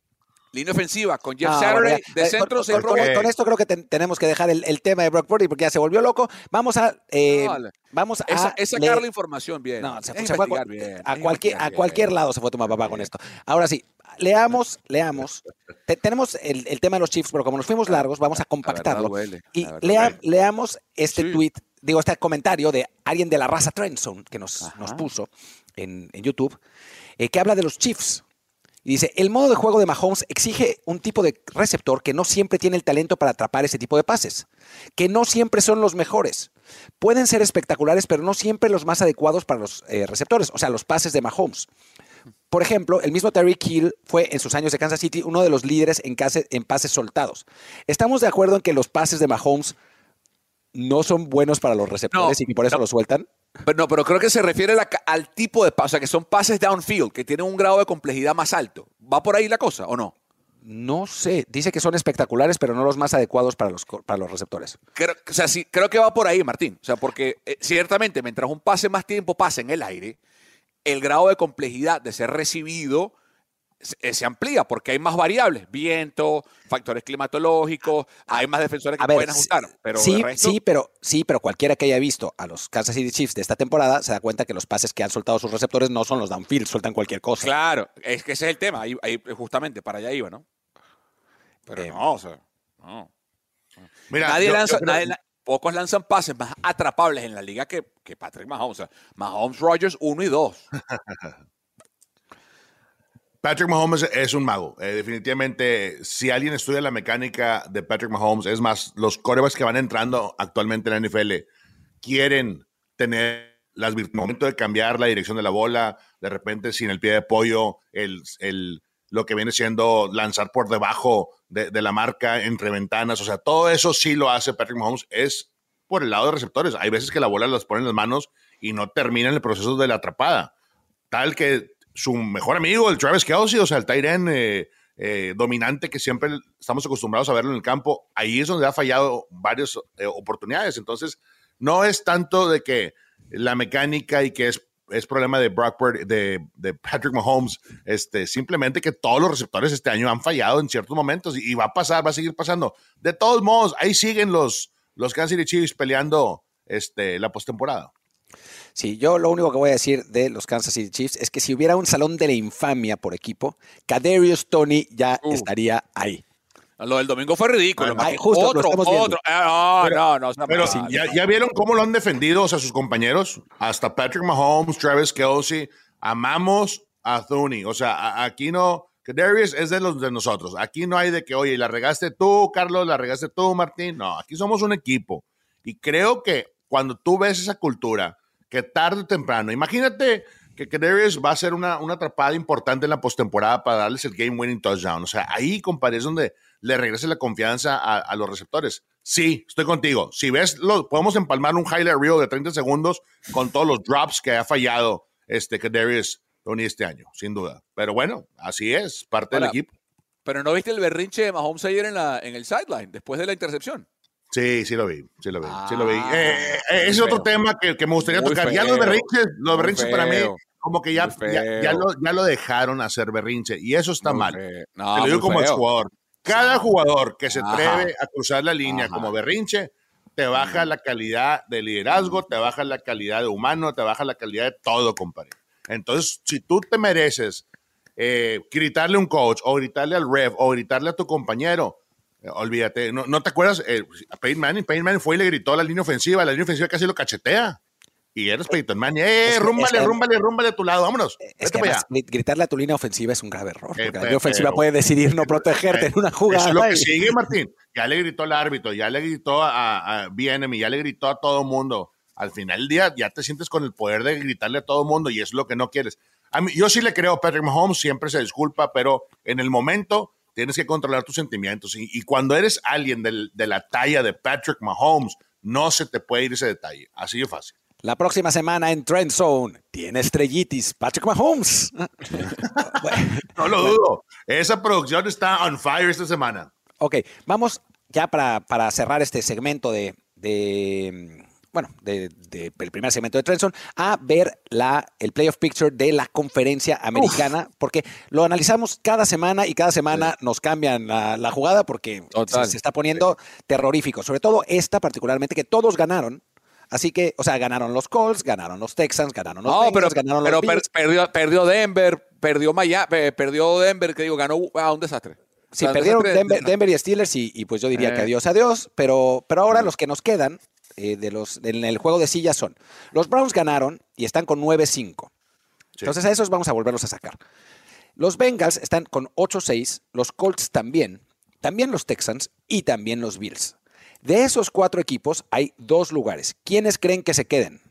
Línea ofensiva con Jeff Ah, Saturday bueno, ya. de Eh, centro. con, se con- probó. con- con esto creo que ten- tenemos que dejar el, el tema de Brock Purdy porque ya se volvió loco. Vamos a, eh, No, le- vamos a es, es sacar leer- la información bien. No, se, es se fue a, investigar cu- bien. a es cualquier, investigar a cualquier bien. lado se fue tu papá con esto. Ahora sí, leamos, leamos. Te- tenemos el, el tema de los Chiefs, pero como nos fuimos largos, vamos a compactarlo. duele, y la verdad lea- duele. leamos este Sí. tweet, digo, este comentario de alguien de la raza Trendzone que nos, Ajá. nos puso en, en YouTube, eh, que habla de los Chiefs. Y dice, el modo de juego de Mahomes exige un tipo de receptor que no siempre tiene el talento para atrapar ese tipo de pases, que no siempre son los mejores. Pueden ser espectaculares, pero no siempre los más adecuados para los eh, receptores, o sea, los pases de Mahomes. Por ejemplo, el mismo Tyreek Hill fue en sus años de Kansas City uno de los líderes en, case- en pases soltados. ¿Estamos de acuerdo en que los pases de Mahomes no son buenos para los receptores No, y que por eso no. los sueltan? Pero no, pero creo que se refiere la ca- al tipo de pases, o sea, que son pases downfield, que tienen un grado de complejidad más alto. ¿Va por ahí la cosa o no? No sé. Dice que son espectaculares, pero no los más adecuados para los, co- para los receptores. Creo, o sea, sí, creo que va por ahí, Martín. O sea, porque eh, ciertamente mientras un pase más tiempo pasa en el aire, el grado de complejidad de ser recibido se, se amplía porque hay más variables, viento, factores climatológicos, hay más defensores que A ver, pueden ajustar. Pero sí, el resto, sí, pero sí, pero cualquiera que haya visto a los Kansas City Chiefs de esta temporada se da cuenta que los pases que han soltado sus receptores no son los downfield, sueltan cualquier cosa. claro, es que ese es el tema. Ahí, ahí justamente para allá iba, ¿no? Pero Eh, no, o sea, no. Mira, nadie yo- lanza, yo creo- nadie la- pocos lanzan pases más atrapables en la liga que, que Patrick Mahomes. O sea, Mahomes, Rodgers uno y dos. Patrick Mahomes es un mago. Eh, definitivamente, si alguien estudia la mecánica de Patrick Mahomes, es más, los quarterbacks que van entrando actualmente en la N F L quieren tener las vir- el momento de cambiar la dirección de la bola, de repente sin el pie de pollo, el, el, lo que viene siendo lanzar por debajo de, de la marca entre ventanas. O sea, todo eso sí lo hace Patrick Mahomes. Es por el lado de receptores. Hay veces que la bola las pone en las manos y no termina en el proceso de la atrapada. Tal que su mejor amigo, el Travis Kelce, o sea, el tight end eh, eh, dominante que siempre estamos acostumbrados a verlo en el campo, ahí es donde ha fallado varias eh, oportunidades. Entonces, no es tanto de que la mecánica y que es, es problema de Brock Purdy, de, de Patrick Mahomes, este, simplemente que todos los receptores este año han fallado en ciertos momentos y, y va a pasar, va a seguir pasando. De todos modos, ahí siguen los, los Kansas City Chiefs peleando este, la postemporada. Sí, yo lo único que voy a decir de los Kansas City Chiefs es que si hubiera un salón de la infamia por equipo, Kadarius Toney ya Uh. estaría ahí. Lo del domingo fue ridículo. Bueno, Martín. ay, justo lo otro, estamos viendo. otro. Ah, no, no, no. no, Pero no, ¿ya, no. ya vieron cómo lo han defendido, o sea, sus compañeros, hasta Patrick Mahomes, Travis Kelce, amamos a Thuney, o sea, a- aquí no, que Darius es de los de nosotros, aquí no hay de que, oye, la regaste tú, Carlos, la regaste tú, Martín, no, aquí somos un equipo, y creo que cuando tú ves esa cultura, que tarde o temprano, imagínate que, que Darius va a ser una, una atrapada importante en la postemporada para darles el game winning touchdown, o sea, ahí, compadre, es donde le regrese la confianza a, a los receptores. Sí, estoy contigo. Si ves, lo, podemos empalmar un highlight reel de treinta segundos con todos los drops que ha fallado este Kadarius Toney este año, sin duda. Pero bueno, así es, parte Ahora, del equipo. Pero ¿no viste el berrinche de Mahomes ayer en, la, en el sideline, después de la intercepción? Sí, sí lo vi, sí lo vi, Ah, sí lo vi. Eh, eh, muy ese es otro feo. tema que, que me gustaría Muy tocar. Ya feo, los berrinches, los muy berrinches para mí, feo, como que ya, muy ya, feo. ya lo, ya lo dejaron hacer berrinche, y eso está Muy mal. feo. Te No, lo digo muy como feo. jugador. Cada Ajá. jugador que se Ajá. atreve a cruzar la línea Ajá. como berrinche, te baja la calidad de liderazgo, te baja la calidad de humano, te baja la calidad de todo, compadre. Entonces, si tú te mereces eh, gritarle a un coach, o gritarle al ref, o gritarle a tu compañero, eh, olvídate. ¿No, no te acuerdas? Eh, a Peyton Manning, Peyton Manning fue y le gritó a la línea ofensiva, la línea ofensiva casi lo cachetea. Y eres Peyton Manning. ¡Eh, Es que- rúmbale, es que- rúmbale, rúmbale a tu lado! ¡Vámonos! Es Vete que para además, allá. gri- gritarle a tu línea ofensiva es un grave error, porque Eh, la pe- línea ofensiva pero- puede decidir no protegerte en una jugada. Eso es lo que y- sigue, Martín. Ya le gritó al árbitro, ya le gritó a, a B N M, ya le gritó a todo mundo. Al final del día ya te sientes con el poder de gritarle a todo mundo y es lo que no quieres. A mí, yo sí le creo a Patrick Mahomes, siempre se disculpa, pero en el momento tienes que controlar tus sentimientos. Y, y cuando eres alguien del- de la talla de Patrick Mahomes, no se te puede ir ese detalle. Así de fácil. La próxima semana en Trend Zone tiene estrellitis Patrick Mahomes. Bueno, No lo dudo. Esa producción está on fire esta semana. ok, vamos ya para, para cerrar este segmento de, de bueno, del de, de primer segmento de Trend Zone, a ver la, el playoff picture de la conferencia americana, Uf. porque lo analizamos cada semana y cada semana sí. nos cambian la, la jugada porque se, se está poniendo sí. terrorífico. Sobre todo esta particularmente, que todos ganaron. Así que, o sea, ganaron los Colts, ganaron los Texans, ganaron los no, Bengals, pero, ganaron pero los Bills. Per, perdió, perdió Denver, perdió Miami, perdió Denver, que digo, ganó ah, un desastre. Sí, o sea, perdieron desastre, Denver, Denver y Steelers y, y pues yo diría eh. que adiós, adiós. Pero, pero ahora eh. los que nos quedan eh, de los, en el juego de sillas son, los Browns ganaron y están con nueve cinco. Sí. Entonces a esos vamos a volverlos a sacar. Los Bengals están con ocho seis, los Colts también, también los Texans y también los Bills. De esos cuatro equipos hay dos lugares. ¿Quiénes creen que se queden?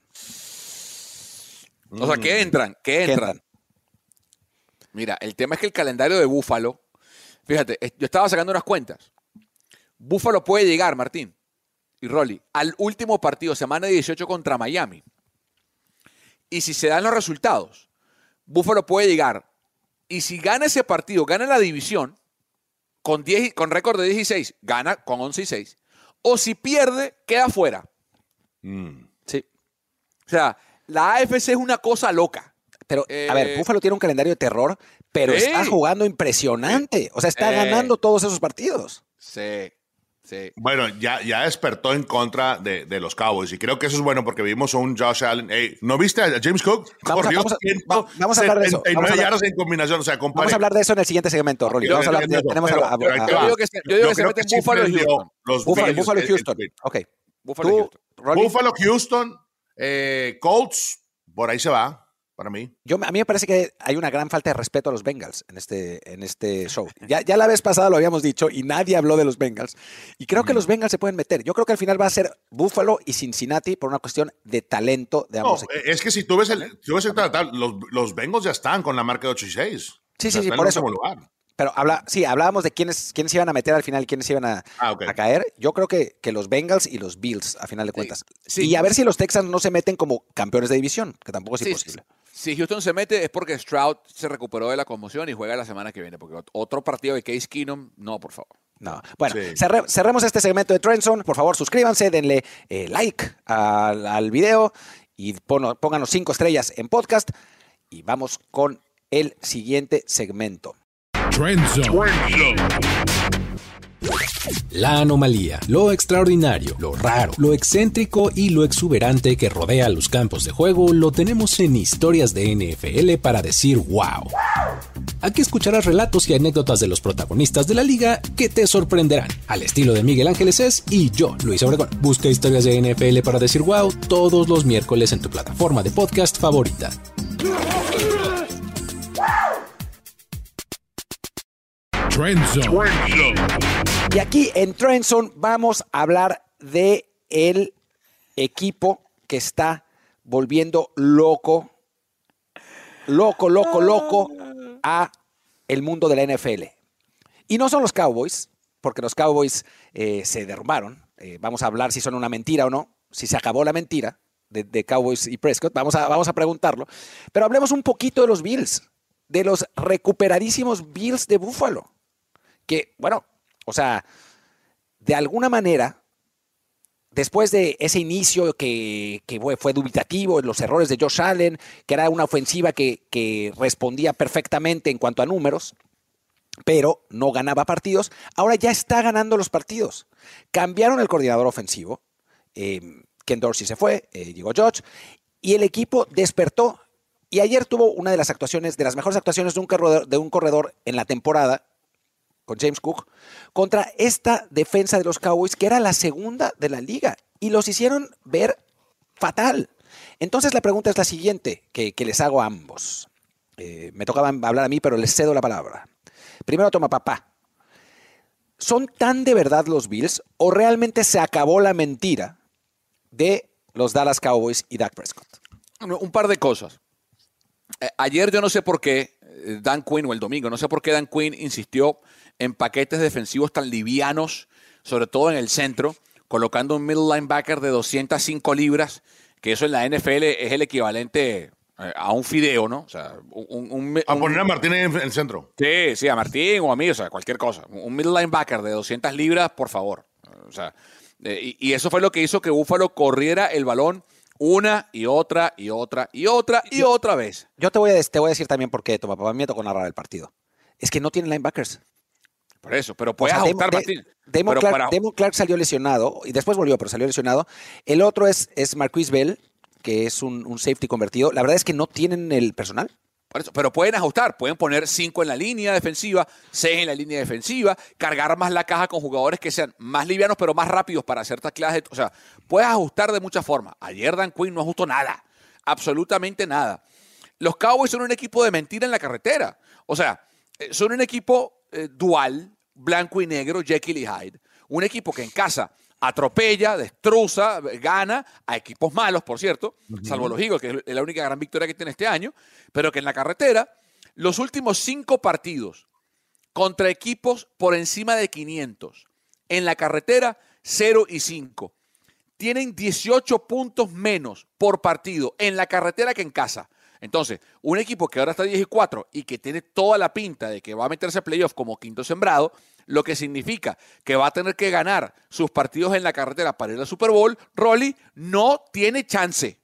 O sea, que entran, que entran. entran. Mira, el tema es que el calendario de Buffalo, fíjate, yo estaba sacando unas cuentas. Buffalo puede llegar, Martín y Rolly, al último partido, semana dieciocho contra Miami. Y si se dan los resultados, Buffalo puede llegar. Y si gana ese partido, gana la división, con, diez, con récord de dieciséis, gana con once y seis. O si pierde, queda fuera. Mm. Sí. O sea, la A F C es una cosa loca. Pero, eh, a ver, Buffalo tiene un calendario de terror, pero sí. está jugando impresionante. O sea, está eh, ganando todos esos partidos. Sí, sí. Bueno, ya, ya despertó en contra de, de los Cowboys. Y creo que eso es bueno porque vimos a un Josh Allen. Hey, ¿no viste a James Cook? Vamos, Corrió a, vamos, a, vamos a hablar de eso. Vamos a hablar, en combinación, o sea, vamos a hablar de eso en el siguiente segmento, Rolly. Vamos a hablar de, tenemos pero, a, a, pero a, yo digo que se, yo digo que se meten Buffalo y Houston. Los Buffalo, Bills, Buffalo y Houston. El, el, ok. Buffalo, Tú, Houston. Buffalo, Houston, eh, Colts, por ahí se va. Para mí. Yo, a mí me parece que hay una gran falta de respeto a los Bengals en este, en este show. Ya, ya la vez pasada lo habíamos dicho y nadie habló de los Bengals. Y creo que los Bengals se pueden meter. Yo creo que al final va a ser Buffalo y Cincinnati por una cuestión de talento de ambos no, equipos. Es que si tú ves el, si tú ves el tratar, los, los Bengals ya están con la marca de ocho y seis. Sí, o sea, sí, sí, por eso. Lugar. Pero habla, sí, hablábamos de quiénes, quiénes iban a meter al final y quiénes iban a, ah, okay. a caer. Yo creo que, que los Bengals y los Bills, a final de cuentas. Sí, sí. Y a ver si los Texans no se meten como campeones de división, que tampoco es sí, imposible. Si Houston se mete es porque Stroud se recuperó de la conmoción y juega la semana que viene. Porque otro partido de Case Keenum, no, por favor. No. Bueno, sí. cerre, cerremos este segmento de Trend Zone. Por favor, suscríbanse, denle eh, like al, al video y pon, pónganos cinco estrellas en podcast. Y vamos con el siguiente segmento. Trend Zone. La anomalía, lo extraordinario, lo raro, lo excéntrico y lo exuberante que rodea los campos de juego lo tenemos en Historias de N F L para decir wow. Aquí escucharás relatos y anécdotas de los protagonistas de la liga que te sorprenderán, al estilo de Miguel Ángeles Es y yo, Luis Obregón. Busca Historias de N F L para decir wow todos los miércoles en tu plataforma de podcast favorita. Trend Zone. Y aquí en Trend Zone vamos a hablar de el equipo que está volviendo loco, loco, loco, loco a el mundo de la N F L. Y no son los Cowboys, porque los Cowboys eh, se derrumbaron. Eh, vamos a hablar si son una mentira o no, si se acabó la mentira de, de Cowboys y Prescott. Vamos a, vamos a preguntarlo. Pero hablemos un poquito de los Bills, de los recuperadísimos Bills de Buffalo. Que, bueno, o sea, de alguna manera, después de ese inicio que, que fue, fue dubitativo, los errores de Josh Allen, que era una ofensiva que, que respondía perfectamente en cuanto a números, pero no ganaba partidos, ahora ya está ganando los partidos. Cambiaron el coordinador ofensivo, eh, Ken Dorsey se fue, eh, llegó Josh, y el equipo despertó. Y ayer tuvo una de las actuaciones, de las mejores actuaciones de un corredor, de un corredor en la temporada, con James Cook, contra esta defensa de los Cowboys, que era la segunda de la liga, y los hicieron ver fatal. Entonces la pregunta es la siguiente, que, que les hago a ambos. Eh, me tocaba hablar a mí, pero les cedo la palabra. Primero toma papá. ¿Son tan de verdad los Bills o realmente se acabó la mentira de los Dallas Cowboys y Dak Prescott? Un par de cosas. Eh, ayer yo no sé por qué Dan Quinn, o el domingo, no sé por qué Dan Quinn insistió en paquetes defensivos tan livianos, sobre todo en el centro, colocando un middle linebacker de doscientas cinco libras, que eso en la N F L es el equivalente a un fideo, ¿no? O sea, un, un, un, a poner a Martín en el centro. Sí, sí, a Martín o a mí, o sea, cualquier cosa. Un middle linebacker de doscientas libras, por favor. O sea, Eh, y, y eso fue lo que hizo que Buffalo corriera el balón una y otra y otra y otra y yo, otra vez. Yo te voy, a, te voy a decir también por qué, Toma, papá, me tocó narrar el partido. Es que no tienen linebackers. Por eso, pero puedes o sea, ajustar, Damon, Martín. Damon, pero Clark, para... Damon Clark salió lesionado y después volvió, pero salió lesionado. El otro es, es Marquise Bell, que es un, un safety convertido. La verdad es que no tienen el personal. Por eso, pero pueden ajustar, pueden poner cinco en la línea defensiva, seis en la línea defensiva, cargar más la caja con jugadores que sean más livianos pero más rápidos para hacer tacleadas. O sea, puedes ajustar de muchas formas. Ayer Dan Quinn no ajustó nada, absolutamente nada. Los Cowboys son un equipo de mentira en la carretera. O sea, son un equipo eh, dual, blanco y negro, Jekyll y Hyde. Un equipo que en casa atropella, destroza, gana a equipos malos, por cierto, uh-huh. salvo los Eagles, que es la única gran victoria que tiene este año, pero que en la carretera, los últimos cinco partidos contra equipos por encima de quinientos, en la carretera, cero y cinco. Tienen dieciocho puntos menos por partido en la carretera que en casa. Entonces, un equipo que ahora está diez y cuatro y que tiene toda la pinta de que va a meterse a playoff como quinto sembrado, lo que significa que va a tener que ganar sus partidos en la carretera para ir al Super Bowl, Rolly no tiene chance.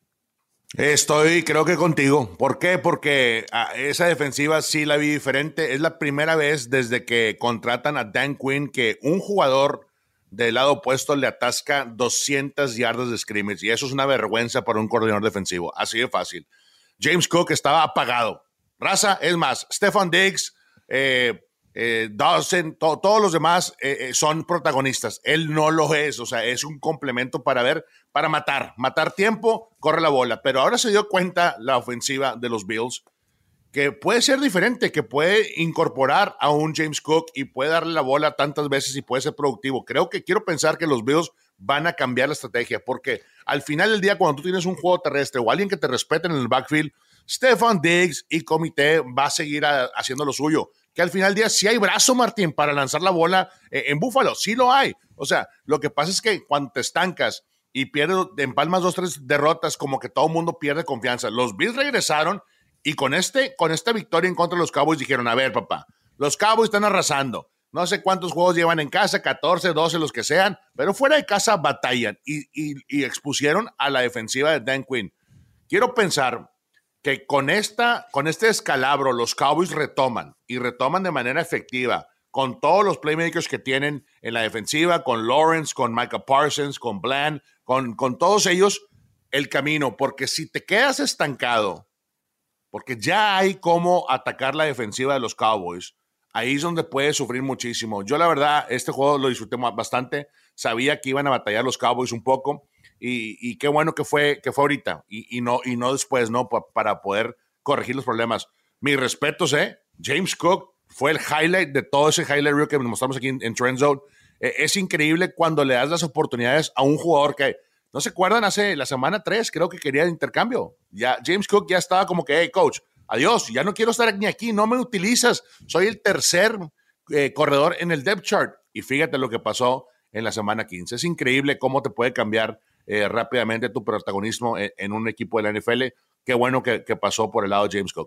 Estoy, creo que contigo. ¿Por qué? Porque a esa defensiva sí la vi diferente. Es la primera vez desde que contratan a Dan Quinn que un jugador del lado opuesto le atasca doscientas yardas de scrimmage y eso es una vergüenza para un coordinador defensivo. Así de fácil. James Cook estaba apagado. Raza, es más, Stefon Diggs, eh, eh, Dawson, to, todos los demás eh, eh, son protagonistas. Él no lo es, o sea, es un complemento para ver, para matar, matar tiempo, corre la bola. Pero ahora se dio cuenta la ofensiva de los Bills que puede ser diferente, que puede incorporar a un James Cook y puede darle la bola tantas veces y puede ser productivo. Creo que quiero pensar que los Bills van a cambiar la estrategia, porque al final del día, cuando tú tienes un juego terrestre o alguien que te respete en el backfield, Stefon Diggs y comité va a seguir a, haciendo lo suyo. Que al final del día sí hay brazo, Martín, para lanzar la bola eh, en Buffalo, sí lo hay. O sea, lo que pasa es que cuando te estancas y pierdes, empalmas dos, tres derrotas, como que todo el mundo pierde confianza. Los Bills regresaron y con, este, con esta victoria en contra de los Cowboys dijeron, a ver, papá, los Cowboys están arrasando. No sé cuántos juegos llevan en casa, catorce, doce, los que sean, pero fuera de casa batallan y, y, y expusieron a la defensiva de Dan Quinn. Quiero pensar que con, esta, con este descalabro los Cowboys retoman y retoman de manera efectiva con todos los playmakers que tienen en la defensiva, con Lawrence, con Micah Parsons, con Bland, con, con todos ellos, el camino. Porque si te quedas estancado, porque ya hay cómo atacar la defensiva de los Cowboys, ahí es donde puedes sufrir muchísimo. Yo la verdad, este juego lo disfruté bastante, sabía que iban a batallar los Cowboys un poco, y, y qué bueno que fue, que fue ahorita, y, y, no, y no después, ¿no? Pa, para poder corregir los problemas. Mis respetos, ¿eh? James Cook fue el highlight de todo ese highlight reel que mostramos aquí en, en Trend Zone. Eh, es increíble cuando le das las oportunidades a un jugador que, ¿no se acuerdan? Hace la semana tres creo que quería el intercambio. Ya, James Cook ya estaba como que, hey, coach, adiós, ya no quiero estar ni aquí, no me utilizas. Soy el tercer eh, corredor en el depth chart. Y fíjate lo que pasó en la semana quince. Es increíble cómo te puede cambiar eh, rápidamente tu protagonismo en, en un equipo de la N F L. Qué bueno que, que pasó por el lado de James Cook.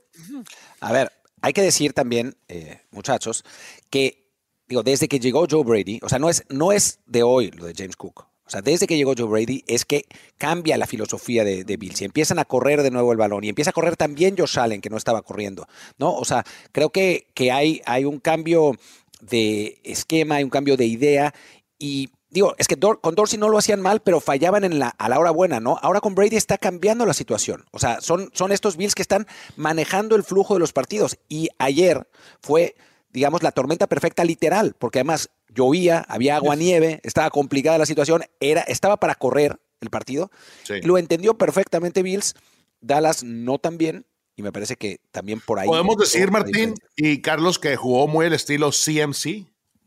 A ver, hay que decir también, eh, muchachos, que digo, desde que llegó Joe Brady, o sea, no es, no es de hoy lo de James Cook. O sea, desde que llegó Joe Brady es que cambia la filosofía de, de Bills y empiezan a correr de nuevo el balón y empieza a correr también Josh Allen, que no estaba corriendo, ¿no? O sea, creo que, que hay, hay un cambio de esquema, hay un cambio de idea y digo, es que Dor- con Dorsey no lo hacían mal, pero fallaban en la, a la hora buena, ¿no? Ahora con Brady está cambiando la situación. O sea, son, son estos Bills que están manejando el flujo de los partidos y ayer fue, digamos, la tormenta perfecta literal, porque además llovía, había agua, nieve, estaba complicada la situación, era, estaba para correr el partido. Sí. Lo entendió perfectamente Bills, Dallas no tan bien, y me parece que también por ahí... Podemos decir, Martín y Carlos, que jugó muy el estilo C M C.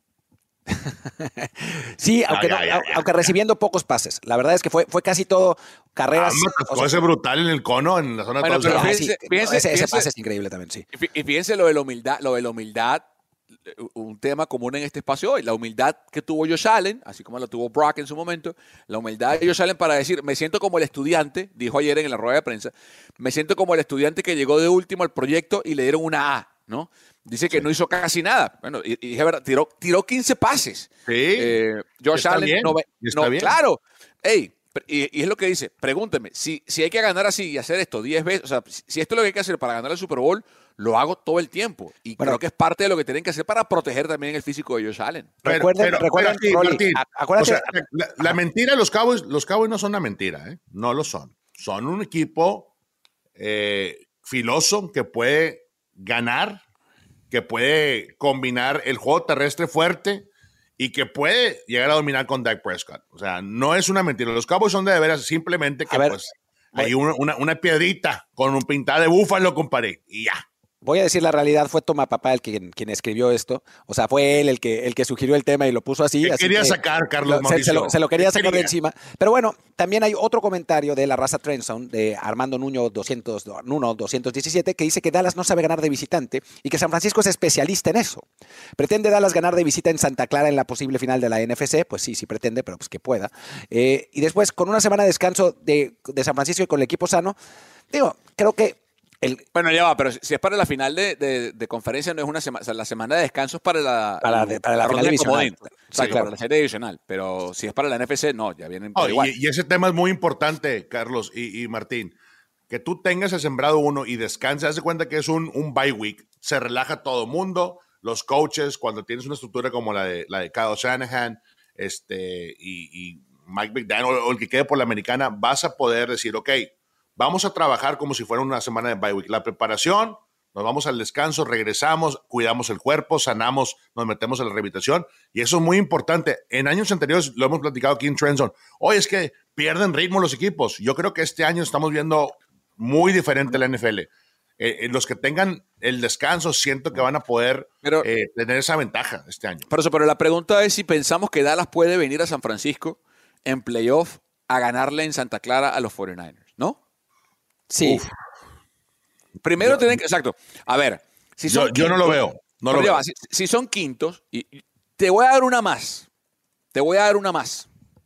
Sí, aunque, ya, no, ya, ya, aunque ya. recibiendo pocos pases. La verdad es que fue, fue casi todo carreras. Ah, o sea, ese brutal en el cono, en la zona bueno, de pero fíjense, sí, fíjense, ese, fíjense, ese pase es increíble también, sí. Y fíjense lo de la humildad, lo de la humildad, un tema común en este espacio hoy, la humildad que tuvo Josh Allen, así como la tuvo Brock en su momento, la humildad de Josh Allen para decir, me siento como el estudiante, dijo ayer en la rueda de prensa, me siento como el estudiante que llegó de último al proyecto y le dieron una A, ¿no? Dice que Sí. no hizo casi nada. Bueno, y, y es verdad, tiró, tiró quince pases. Sí. Eh, Josh Está Allen, bien, no, ve- está no, bien. claro. Ey, y, y es lo que dice, pregúnteme, si, si hay que ganar así y hacer esto diez veces, o sea, si, si esto es lo que hay que hacer para ganar el Super Bowl, lo hago todo el tiempo. Y Bueno. creo que es parte de lo que tienen que hacer para proteger también el físico de Josh Allen. Pero- Recuerden, pero- recuerden, pero aquí, Rolly, Martín, a- acuérdate. o sea, la, la mentira de los Cowboys, los Cowboys no son una mentira, ¿eh? No lo son. Son un equipo eh, filoso que puede ganar, que puede combinar el juego terrestre fuerte y que puede llegar a dominar con Dak Prescott. O sea, no es una mentira. Los Cowboys son de veras simplemente que A ver, pues hay una, una, una piedrita con un pintado de búfalo, compadre, y ya. Voy a decir la realidad, fue Toma Papá el quien, quien escribió esto. O sea, fue él el que, el que sugirió el tema y lo puso así. ¿Qué así quería que sacar, Carlos lo- se, Mauricio? se lo, se lo quería ¿Qué sacar de quería? encima. Pero bueno, también hay otro comentario de la raza Trendzone, de Armando Nuño doscientos uno doscientos diecisiete, que dice que Dallas no sabe ganar de visitante y que San Francisco es especialista en eso. ¿Pretende Dallas ganar de visita en Santa Clara en la posible final de la N F C? Pues sí, sí pretende, pero pues que pueda. Eh, y después, con una semana de descanso de, de San Francisco y con el equipo sano, digo, creo que el, Bueno, ya va, pero si si es para la final de, de- de conferencia, no es una semana, o sea, la semana de descanso es para la, Para- el- para la ronda final de divisional. comodín. Sí, Exacto, claro. para la serie divisional. Pero si es para la N F C, no, ya vienen por Oh, igual. y, y ese tema es muy importante, Carlos y, y Martín. Que tú tengas el sembrado uno y descanses, haz de cuenta que es un, un bye week. Se relaja todo el mundo, los coaches, cuando tienes una estructura como la de, la de Kyle Shanahan este, y, y Mike McDaniel o el que quede por la americana, vas a poder decir, ok, vamos a trabajar como si fuera una semana de bye week. La preparación, nos vamos al descanso, regresamos, cuidamos el cuerpo, sanamos, nos metemos a la rehabilitación. Y eso es muy importante. En años anteriores lo hemos platicado aquí en Trendzone. Oye, es que pierden ritmo los equipos. Yo creo que este año estamos viendo muy diferente la N F L. Eh, eh, los que tengan el descanso, siento que van a poder Pero- eh, tener esa ventaja este año. Por eso, pero la pregunta es si pensamos que Dallas puede venir a San Francisco en playoff a ganarle en Santa Clara a los cuarenta y nueve ers, ¿no? sí. Uf. Primero Yo- tienen que, exacto. A ver, si Yo, son yo no lo quintos- veo. No pero lo ya veo. va, si, si son quintos, y, y te voy a dar una más. Te voy a dar una más.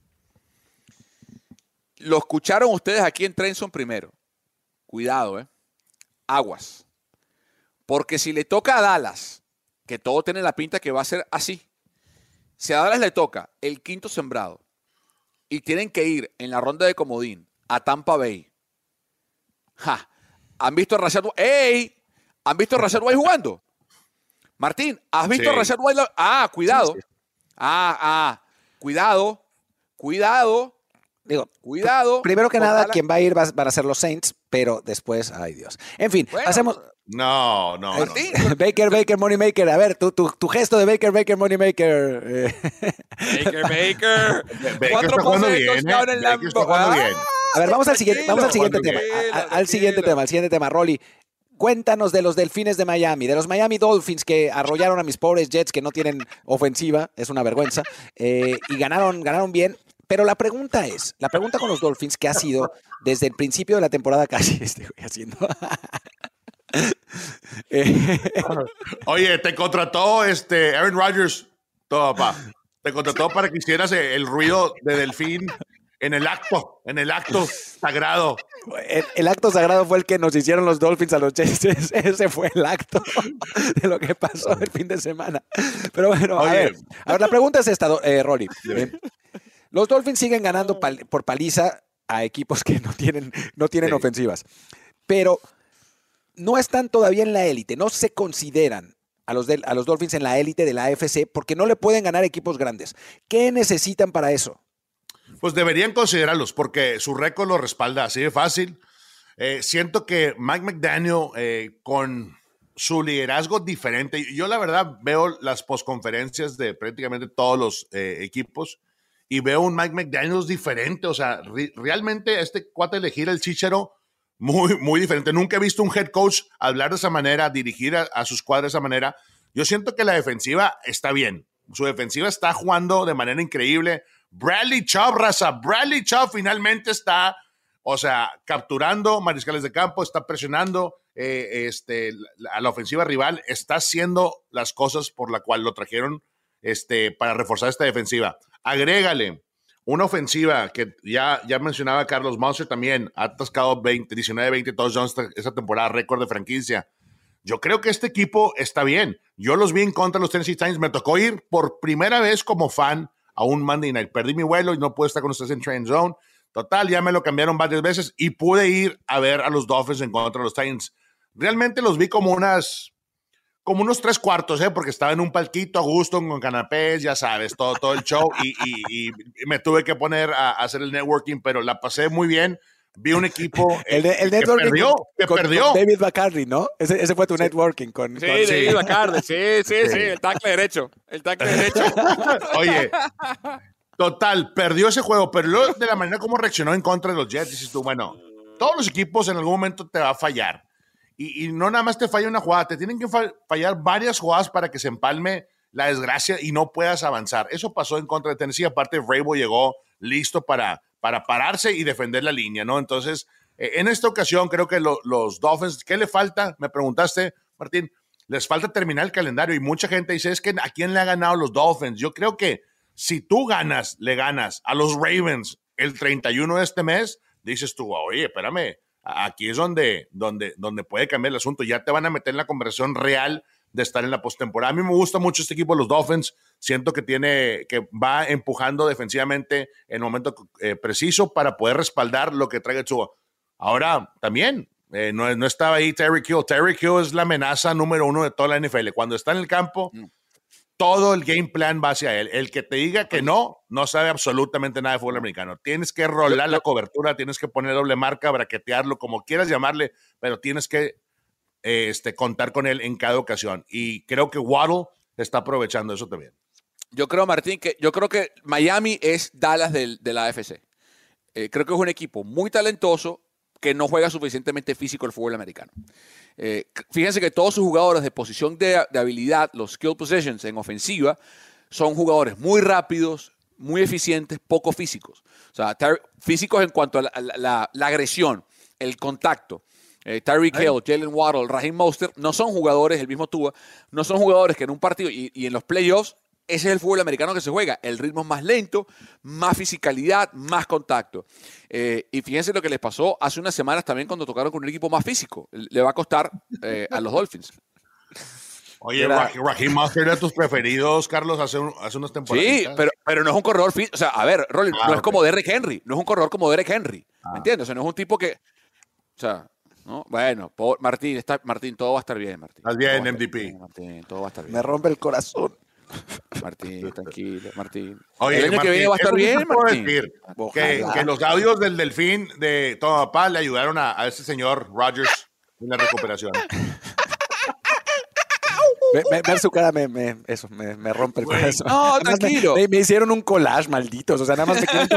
Lo escucharon ustedes aquí en Trendzone primero. Cuidado, ¿eh? Aguas. Porque si le toca a Dallas, que todo tiene la pinta que va a ser así, si a Dallas le toca el quinto sembrado y tienen que ir en la ronda de comodín a Tampa Bay, ja, ¿han visto a Rashad White? ¡Ey! ¿Han visto a Rashad White jugando? Martín, ¿has visto Sí. a Rashad White? Ah, cuidado. Sí, sí. Ah, ah, cuidado, cuidado, Digo, cuidado. primero que con nada, Dallas. quien va a ir va- van a ser los Saints, pero después, ay Dios. En fin, Bueno, hacemos. No, no, no. Martín, Baker, Baker, Moneymaker. A ver, tu, tu, tu gesto de Baker, Baker, Moneymaker. Eh, Baker, Baker. Baker Cuatro está jugando pases de bien, touchdown ¿eh? en Baker está Lambeau. jugando Ah, bien. A ver, vamos al siguiente, vamos al siguiente tema. tranquilo, A- a- Al siguiente tranquilo. tema, al siguiente tema. Rolly, cuéntanos de los Delfines de Miami, de los Miami Dolphins que arrollaron a mis pobres Jets que no tienen ofensiva, es una vergüenza, eh, y ganaron, ganaron bien. Pero la pregunta es, la pregunta con los Dolphins que ha sido desde el principio de la temporada casi, estoy haciendo. Eh, Oye, te contrató este Aaron Rodgers, todo, papá. Te contrató para que hicieras el ruido de delfín en el acto, en el acto sagrado. El, el acto sagrado fue el que nos hicieron los Dolphins a los Jets. Ese, ese fue el acto de lo que pasó el fin de semana. Pero bueno, a Oye. ver, a ver, la pregunta es esta, eh, Rolly. Eh, los Dolphins siguen ganando pal- por paliza a equipos que no tienen, no tienen Sí. ofensivas. Pero no están todavía en la élite, no se consideran a los, del- a los Dolphins en la élite de la A F C porque no le pueden ganar equipos grandes. ¿Qué necesitan para eso? Pues deberían considerarlos porque su récord lo respalda así de fácil. Eh, siento que Mike McDaniel, eh, con su liderazgo diferente, yo la verdad veo las postconferencias de prácticamente todos los eh, equipos y veo un Mike McDaniel diferente. O sea, re- realmente este cuate elegir el chichero muy, muy diferente. Nunca he visto un head coach hablar de esa manera, dirigir a, a sus cuadros de esa manera. Yo siento que la defensiva está bien. Su defensiva está jugando de manera increíble. Bradley Chubb, raza, Bradley Chubb finalmente está, o sea, capturando mariscales de campo, está presionando eh, este, a la ofensiva rival, está haciendo las cosas por la cual lo trajeron este, para reforzar esta defensiva. Agrégale una ofensiva que ya, ya mencionaba Carlos Monster también, ha atascado veinte, diecinueve, veinte touchdowns esta, esta temporada, récord de franquicia. Yo creo que este equipo está bien. Yo los vi en contra de los Tennessee Titans. Me tocó ir por primera vez como fan a un Monday Night. Perdí mi vuelo y no pude estar con ustedes en Trend Zone. Total, ya me lo cambiaron varias veces y pude ir a ver a los Dolphins en contra de los Titans. Realmente los vi como unas, como unos tres cuartos, ¿eh? Porque estaba en un palquito a gusto con canapés, ya sabes, todo, todo el show y, y, y me tuve que poner a, a hacer el networking, pero la pasé muy bien. Vi un equipo el, de, el que networking perdió, con, que con, perdió. Con David Bacardi, ¿no? Ese, ese fue tu sí. networking. Con, sí, con, David sí. Bacardi, sí, sí, sí, sí, el tackle derecho, el tackle derecho. Oye, total, perdió ese juego, pero luego de la manera como reaccionó en contra de los Jets, dices tú, bueno, todos los equipos en algún momento te va a fallar. Y, y no nada más te falla una jugada, te tienen que fallar varias jugadas para que se empalme la desgracia y no puedas avanzar. Eso pasó en contra de Tennessee. Aparte, Vrabel llegó listo para, para pararse y defender la línea, ¿no? Entonces, eh, en esta ocasión, creo que lo, los Dolphins, ¿qué le falta? Me preguntaste, Martín, les falta terminar el calendario y mucha gente dice, es que ¿a quién le ha ganado los Dolphins? Yo creo que si tú ganas, le ganas a los Ravens el treinta y uno de este mes, dices tú, oye, espérame, aquí es donde, donde, donde puede cambiar el asunto. Ya te van a meter en la conversación real de estar en la postemporada. A mí me gusta mucho este equipo, los Dolphins. Siento que tiene, que va empujando defensivamente en el momento eh, preciso para poder respaldar lo que traiga Tua. Ahora, también, eh, no, no estaba ahí Tyreek Hill. Tyreek Hill es la amenaza número uno de toda la N F L. Cuando está en el campo, mm. todo el game plan va hacia él. El que te diga que no, no sabe absolutamente nada de fútbol americano. Tienes que rolar la cobertura, tienes que poner doble marca, braquetearlo, como quieras llamarle, pero tienes que eh, este, contar con él en cada ocasión. Y creo que Waddle está aprovechando eso también. Yo creo, Martín, que yo creo que Miami es Dallas del, de la A F C. Eh, creo que es un equipo muy talentoso que no juega suficientemente físico el fútbol americano. Eh, fíjense que todos sus jugadores de posición de, de habilidad, los skill positions en ofensiva, son jugadores muy rápidos, muy eficientes, poco físicos. O sea, físicos en cuanto a la, la, la agresión, el contacto. Eh, Tyreek Hill, Jalen Waddle, Raheem Mostert no son jugadores, el mismo Tua, no son jugadores que en un partido y, y en los playoffs, ese es el fútbol americano que se juega. El ritmo es más lento, más fisicalidad, más contacto. Eh, y fíjense lo que les pasó hace unas semanas también cuando tocaron con un equipo más físico. Le va a costar eh, a los Dolphins. Oye, Era, Raheem Mostert era de tus preferidos, Carlos, hace, un, hace unas temporadas. Sí, pero, pero no es un corredor físico. O sea, a ver, Rolly, ah, no okay. es como Derrick Henry. No es un corredor como Derrick Henry. Ah. ¿Me entiendes? O sea, no es un tipo que... O sea... ¿no? Bueno, por, Martín, está, Martín, todo va a estar bien, Martín. Estás bien, M V P. Bien, Martín, todo va a estar bien. Me rompe el corazón. Martín, tranquilo, Martín. Oye, el año Martín, que viene va a estar bien, Martín. Decir que, que los audios del Delfín de Todo Papá le ayudaron a, a ese señor Rodgers en la recuperación. Ver, ver su cara me, me, eso, me, me rompe el corazón. No, tranquilo. Me, me hicieron un collage, malditos. O sea, nada más me quieren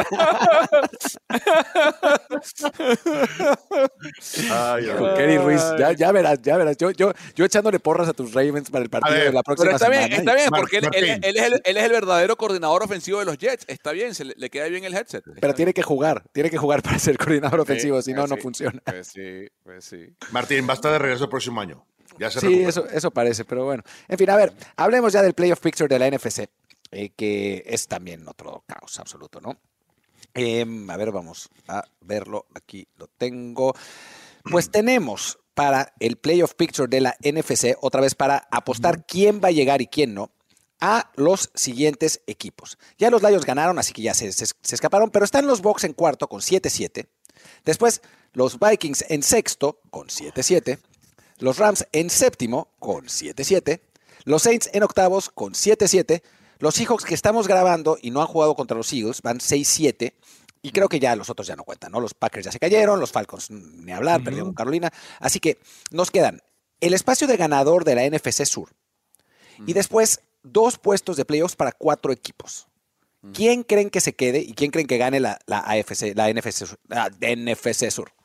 Ay, con Kerry Ruiz. Ya, ya verás, ya verás. Yo, yo, yo echándole porras a tus Ravens para el partido ver, de la próxima pero está semana. Bien, está bien, porque él, él, él, es el, él es el verdadero coordinador ofensivo de los Jets. Está bien, se le, le queda bien el headset. Pero está tiene bien. que jugar. Tiene que jugar para ser coordinador ofensivo. Sí, si no, sí, no funciona. Pues sí, pues sí. Martín, va a estar de regreso el próximo año. Ya se sí, eso, eso parece, pero bueno. En fin, a ver, hablemos ya del Playoff Picture de la N F C, eh, que es también otro caos absoluto, ¿no? Eh, a ver, vamos a verlo. Aquí lo tengo. Pues tenemos para el Playoff Picture de la N F C, otra vez para apostar quién va a llegar y quién no, a los siguientes equipos. Ya los Lions ganaron, así que ya se, se, se escaparon, pero están los Bucs en cuarto con siete siete. Después, los Vikings en sexto con siete siete. Los Rams en séptimo con siete siete. Los Saints en octavos con siete siete. Los Seahawks que estamos grabando y no han jugado contra los Eagles van seis siete. Y creo que ya los otros ya no cuentan, ¿no? Los Packers ya se cayeron, los Falcons ni hablar, uh-huh. perdieron con Carolina. Así que nos quedan el espacio de ganador de la N F C Sur. Uh-huh. Y después dos puestos de playoffs para cuatro equipos. Uh-huh. ¿Quién creen que se quede y quién creen que gane la, la A F C, la N F C Sur? La N F C Sur?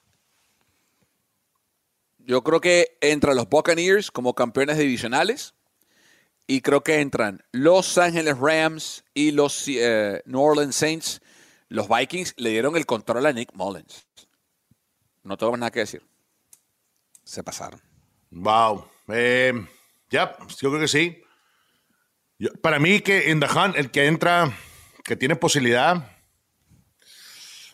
Yo creo que entran los Buccaneers como campeones divisionales y creo que entran Los Angeles Rams y los eh, New Orleans Saints. Los Vikings le dieron el control a Nick Mullins. No tengo nada que decir. Se pasaron. Wow. Eh, ya, yo creo que sí. Yo, para mí que en The Hunt, el que entra, que tiene posibilidad,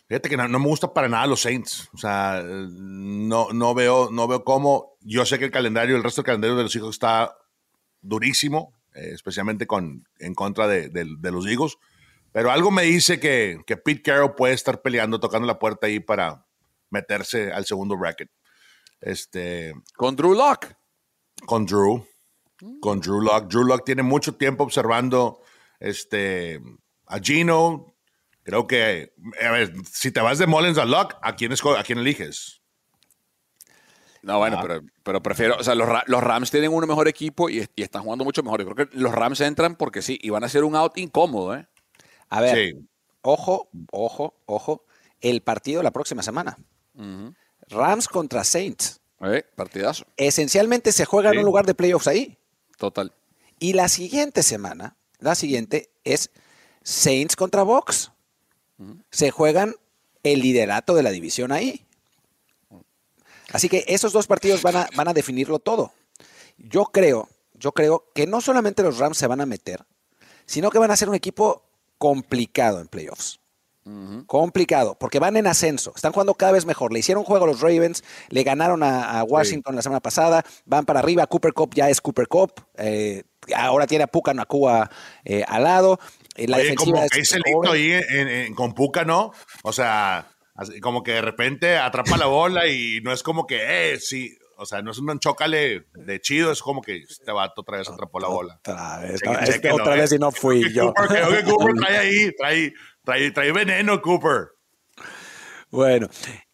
Fíjate que no, no me gusta para nada los Saints. O sea, no, no, veo, no veo cómo. Yo sé que el calendario, el resto del calendario de los Seahawks está durísimo, eh, especialmente con, en contra de, de, de los Eagles. Pero algo me dice que, que Pete Carroll puede estar peleando, tocando la puerta ahí para meterse al segundo bracket. Este, con Drew Lock. Con Drew. Con Drew Lock. Drew Lock tiene mucho tiempo observando este, a Gino. Creo que, a ver, si te vas de Mullins a Lock, ¿a quién, esco- a quién eliges? No, bueno, ah. pero, pero prefiero, o sea, los, los Rams tienen un mejor equipo y, y están jugando mucho mejor. Yo creo que los Rams entran porque sí, y van a ser un out incómodo, ¿eh? A ver, sí. ojo, ojo, ojo, el partido la próxima semana. Uh-huh. Rams contra Saints. Eh, partidazo. Esencialmente se juega sí. en un lugar de playoffs ahí. Total. Y la siguiente semana, la siguiente es Saints contra Bucs. Uh-huh. Se juegan el liderato de la división ahí. Así que esos dos partidos van a, van a definirlo todo. Yo creo, yo creo que no solamente los Rams se van a meter, sino que van a ser un equipo complicado en playoffs. Uh-huh. Complicado, porque van en ascenso. Están jugando cada vez mejor. Le hicieron juego a los Ravens, le ganaron a, a Washington sí. la semana pasada, van para arriba. Cooper Kupp ya es Cooper Kupp. Eh, ahora tiene a Puka Nacua eh, al lado. Eh, la Oye, defensiva como es que ese lindo ahí en, en, con Puka, ¿no? O sea, así, como que de repente atrapa la bola y no es como que, eh, sí. O sea, no es un chócale de chido, es como que este vato otra vez atrapó la bola. Otra vez, no, es que otra vez y no fui yo. Cooper, que, que Cooper trae ahí, trae, trae, trae veneno, Cooper. Bueno.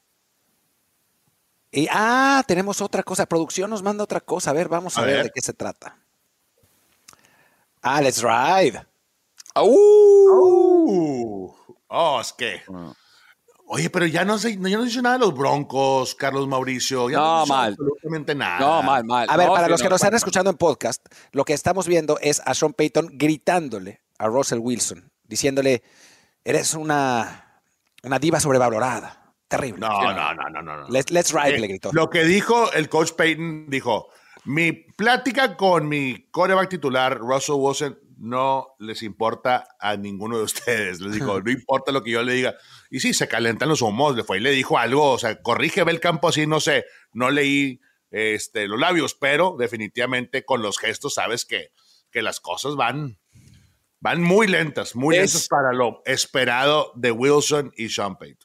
Y, ah, tenemos otra cosa. Producción nos manda otra cosa. A ver, vamos a, a ver, ver de qué se trata. Ah, let's ride. Uh, oh, es que... Oye, pero ya no sé, ya no dice nada de los Broncos, Carlos Mauricio. Ya no, no mal. Absolutamente nada. No, mal, mal. A ver, no, para sí, los no, que nos mal, están escuchando en podcast, lo que estamos viendo es a Sean Payton gritándole a Russell Wilson, diciéndole, eres una, una diva sobrevalorada. Terrible. No, sí, no, no, no, no. no. Let's, let's ride, eh, le gritó. Lo que dijo el coach Payton, dijo, mi plática con mi quarterback titular, Russell Wilson, no les importa a ninguno de ustedes. Les digo, no importa lo que yo le diga. Y sí, se calentan los humos. Le fue y le dijo algo, o sea, corrige, ve el campo así, no sé. No leí este, los labios, pero definitivamente con los gestos sabes que, que las cosas van, van muy lentas, muy es, lentas para lo esperado de Wilson y Sean Payton.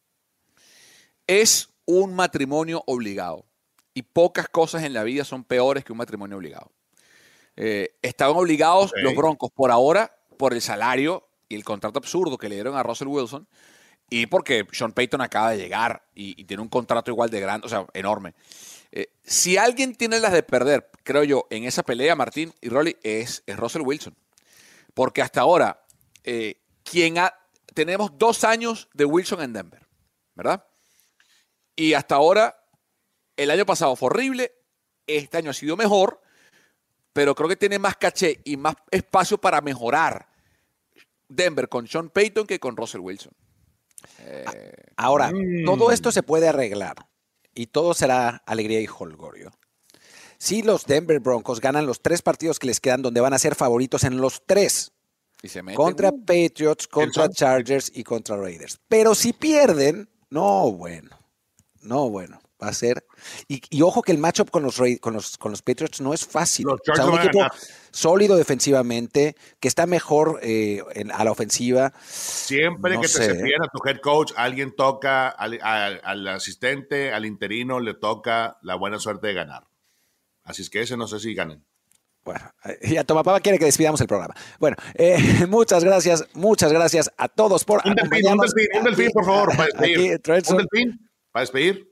Es un matrimonio obligado. Y pocas cosas en la vida son peores que un matrimonio obligado. Eh, estaban obligados okay. los Broncos por ahora por el salario y el contrato absurdo que le dieron a Russell Wilson y porque Sean Payton acaba de llegar y, y tiene un contrato igual de grande, o sea, enorme. Eh, si alguien tiene las de perder, creo yo, en esa pelea, Martín y Rolly, es, es Russell Wilson. Porque hasta ahora, eh, quien ha, tenemos dos años de Wilson en Denver, ¿verdad? Y hasta ahora, el año pasado fue horrible, este año ha sido mejor, pero creo que tiene más caché y más espacio para mejorar Denver con Sean Payton que con Russell Wilson. Eh, Ahora, mm. todo esto se puede arreglar y todo será alegría y jolgorio. Si los Denver Broncos ganan los tres partidos que les quedan, donde van a ser favoritos en los tres, y se meten, contra uh, Patriots, contra Chargers y contra Raiders. Pero si pierden, no bueno, no bueno. Va a ser. Y, y ojo que el matchup con los, con los, con los Patriots no es fácil. Los o sea, un equipo sólido defensivamente, que está mejor eh, en, a la ofensiva. Siempre no que sé. te cepillan a tu head coach, alguien toca al, al, al asistente, al interino, le toca la buena suerte de ganar. Así es que ese no sé si ganen. Bueno, ya Tomapapa quiere que despidamos el programa. Bueno, eh, muchas gracias, muchas gracias a todos por un delfín, un delfín, un delfín, por favor, para despedir. Aquí, un delfín, para despedir.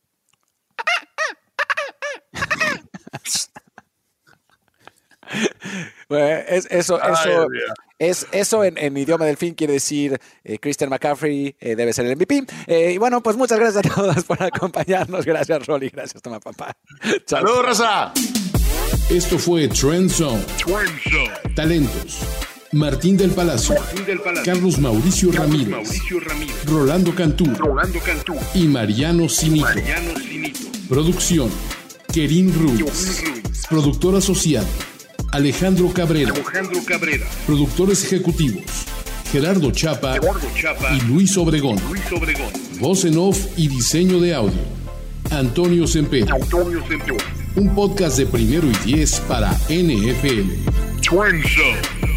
Bueno, es, eso, Ay, eso, es, eso en, en idioma delfín quiere decir eh, Christian McCaffrey eh, debe ser el M V P. Eh, y bueno, pues muchas gracias a todos por acompañarnos. Gracias, Rolly. Gracias, Toma Papá. ¡Saludos, raza! Esto fue Trend Zone. Trend Zone. Talentos: Martín del Palacio, Martín del Palacio. Carlos Mauricio Carlos Ramírez, Mauricio Ramírez, Rolando Cantú, Rolando Cantú y Mariano Cinito. Mariano Cinito. Producción: Kerin Ruiz. Productor asociado: Alejandro Cabrera. Alejandro Cabrera. Productores ejecutivos: Gerardo Chapa, Gerardo Chapa y Luis Obregón. Luis Obregón. Voz en off y diseño de audio, Antonio Semper. Antonio Semper. Un podcast de Primero y Diez para N F L. Trend Zone.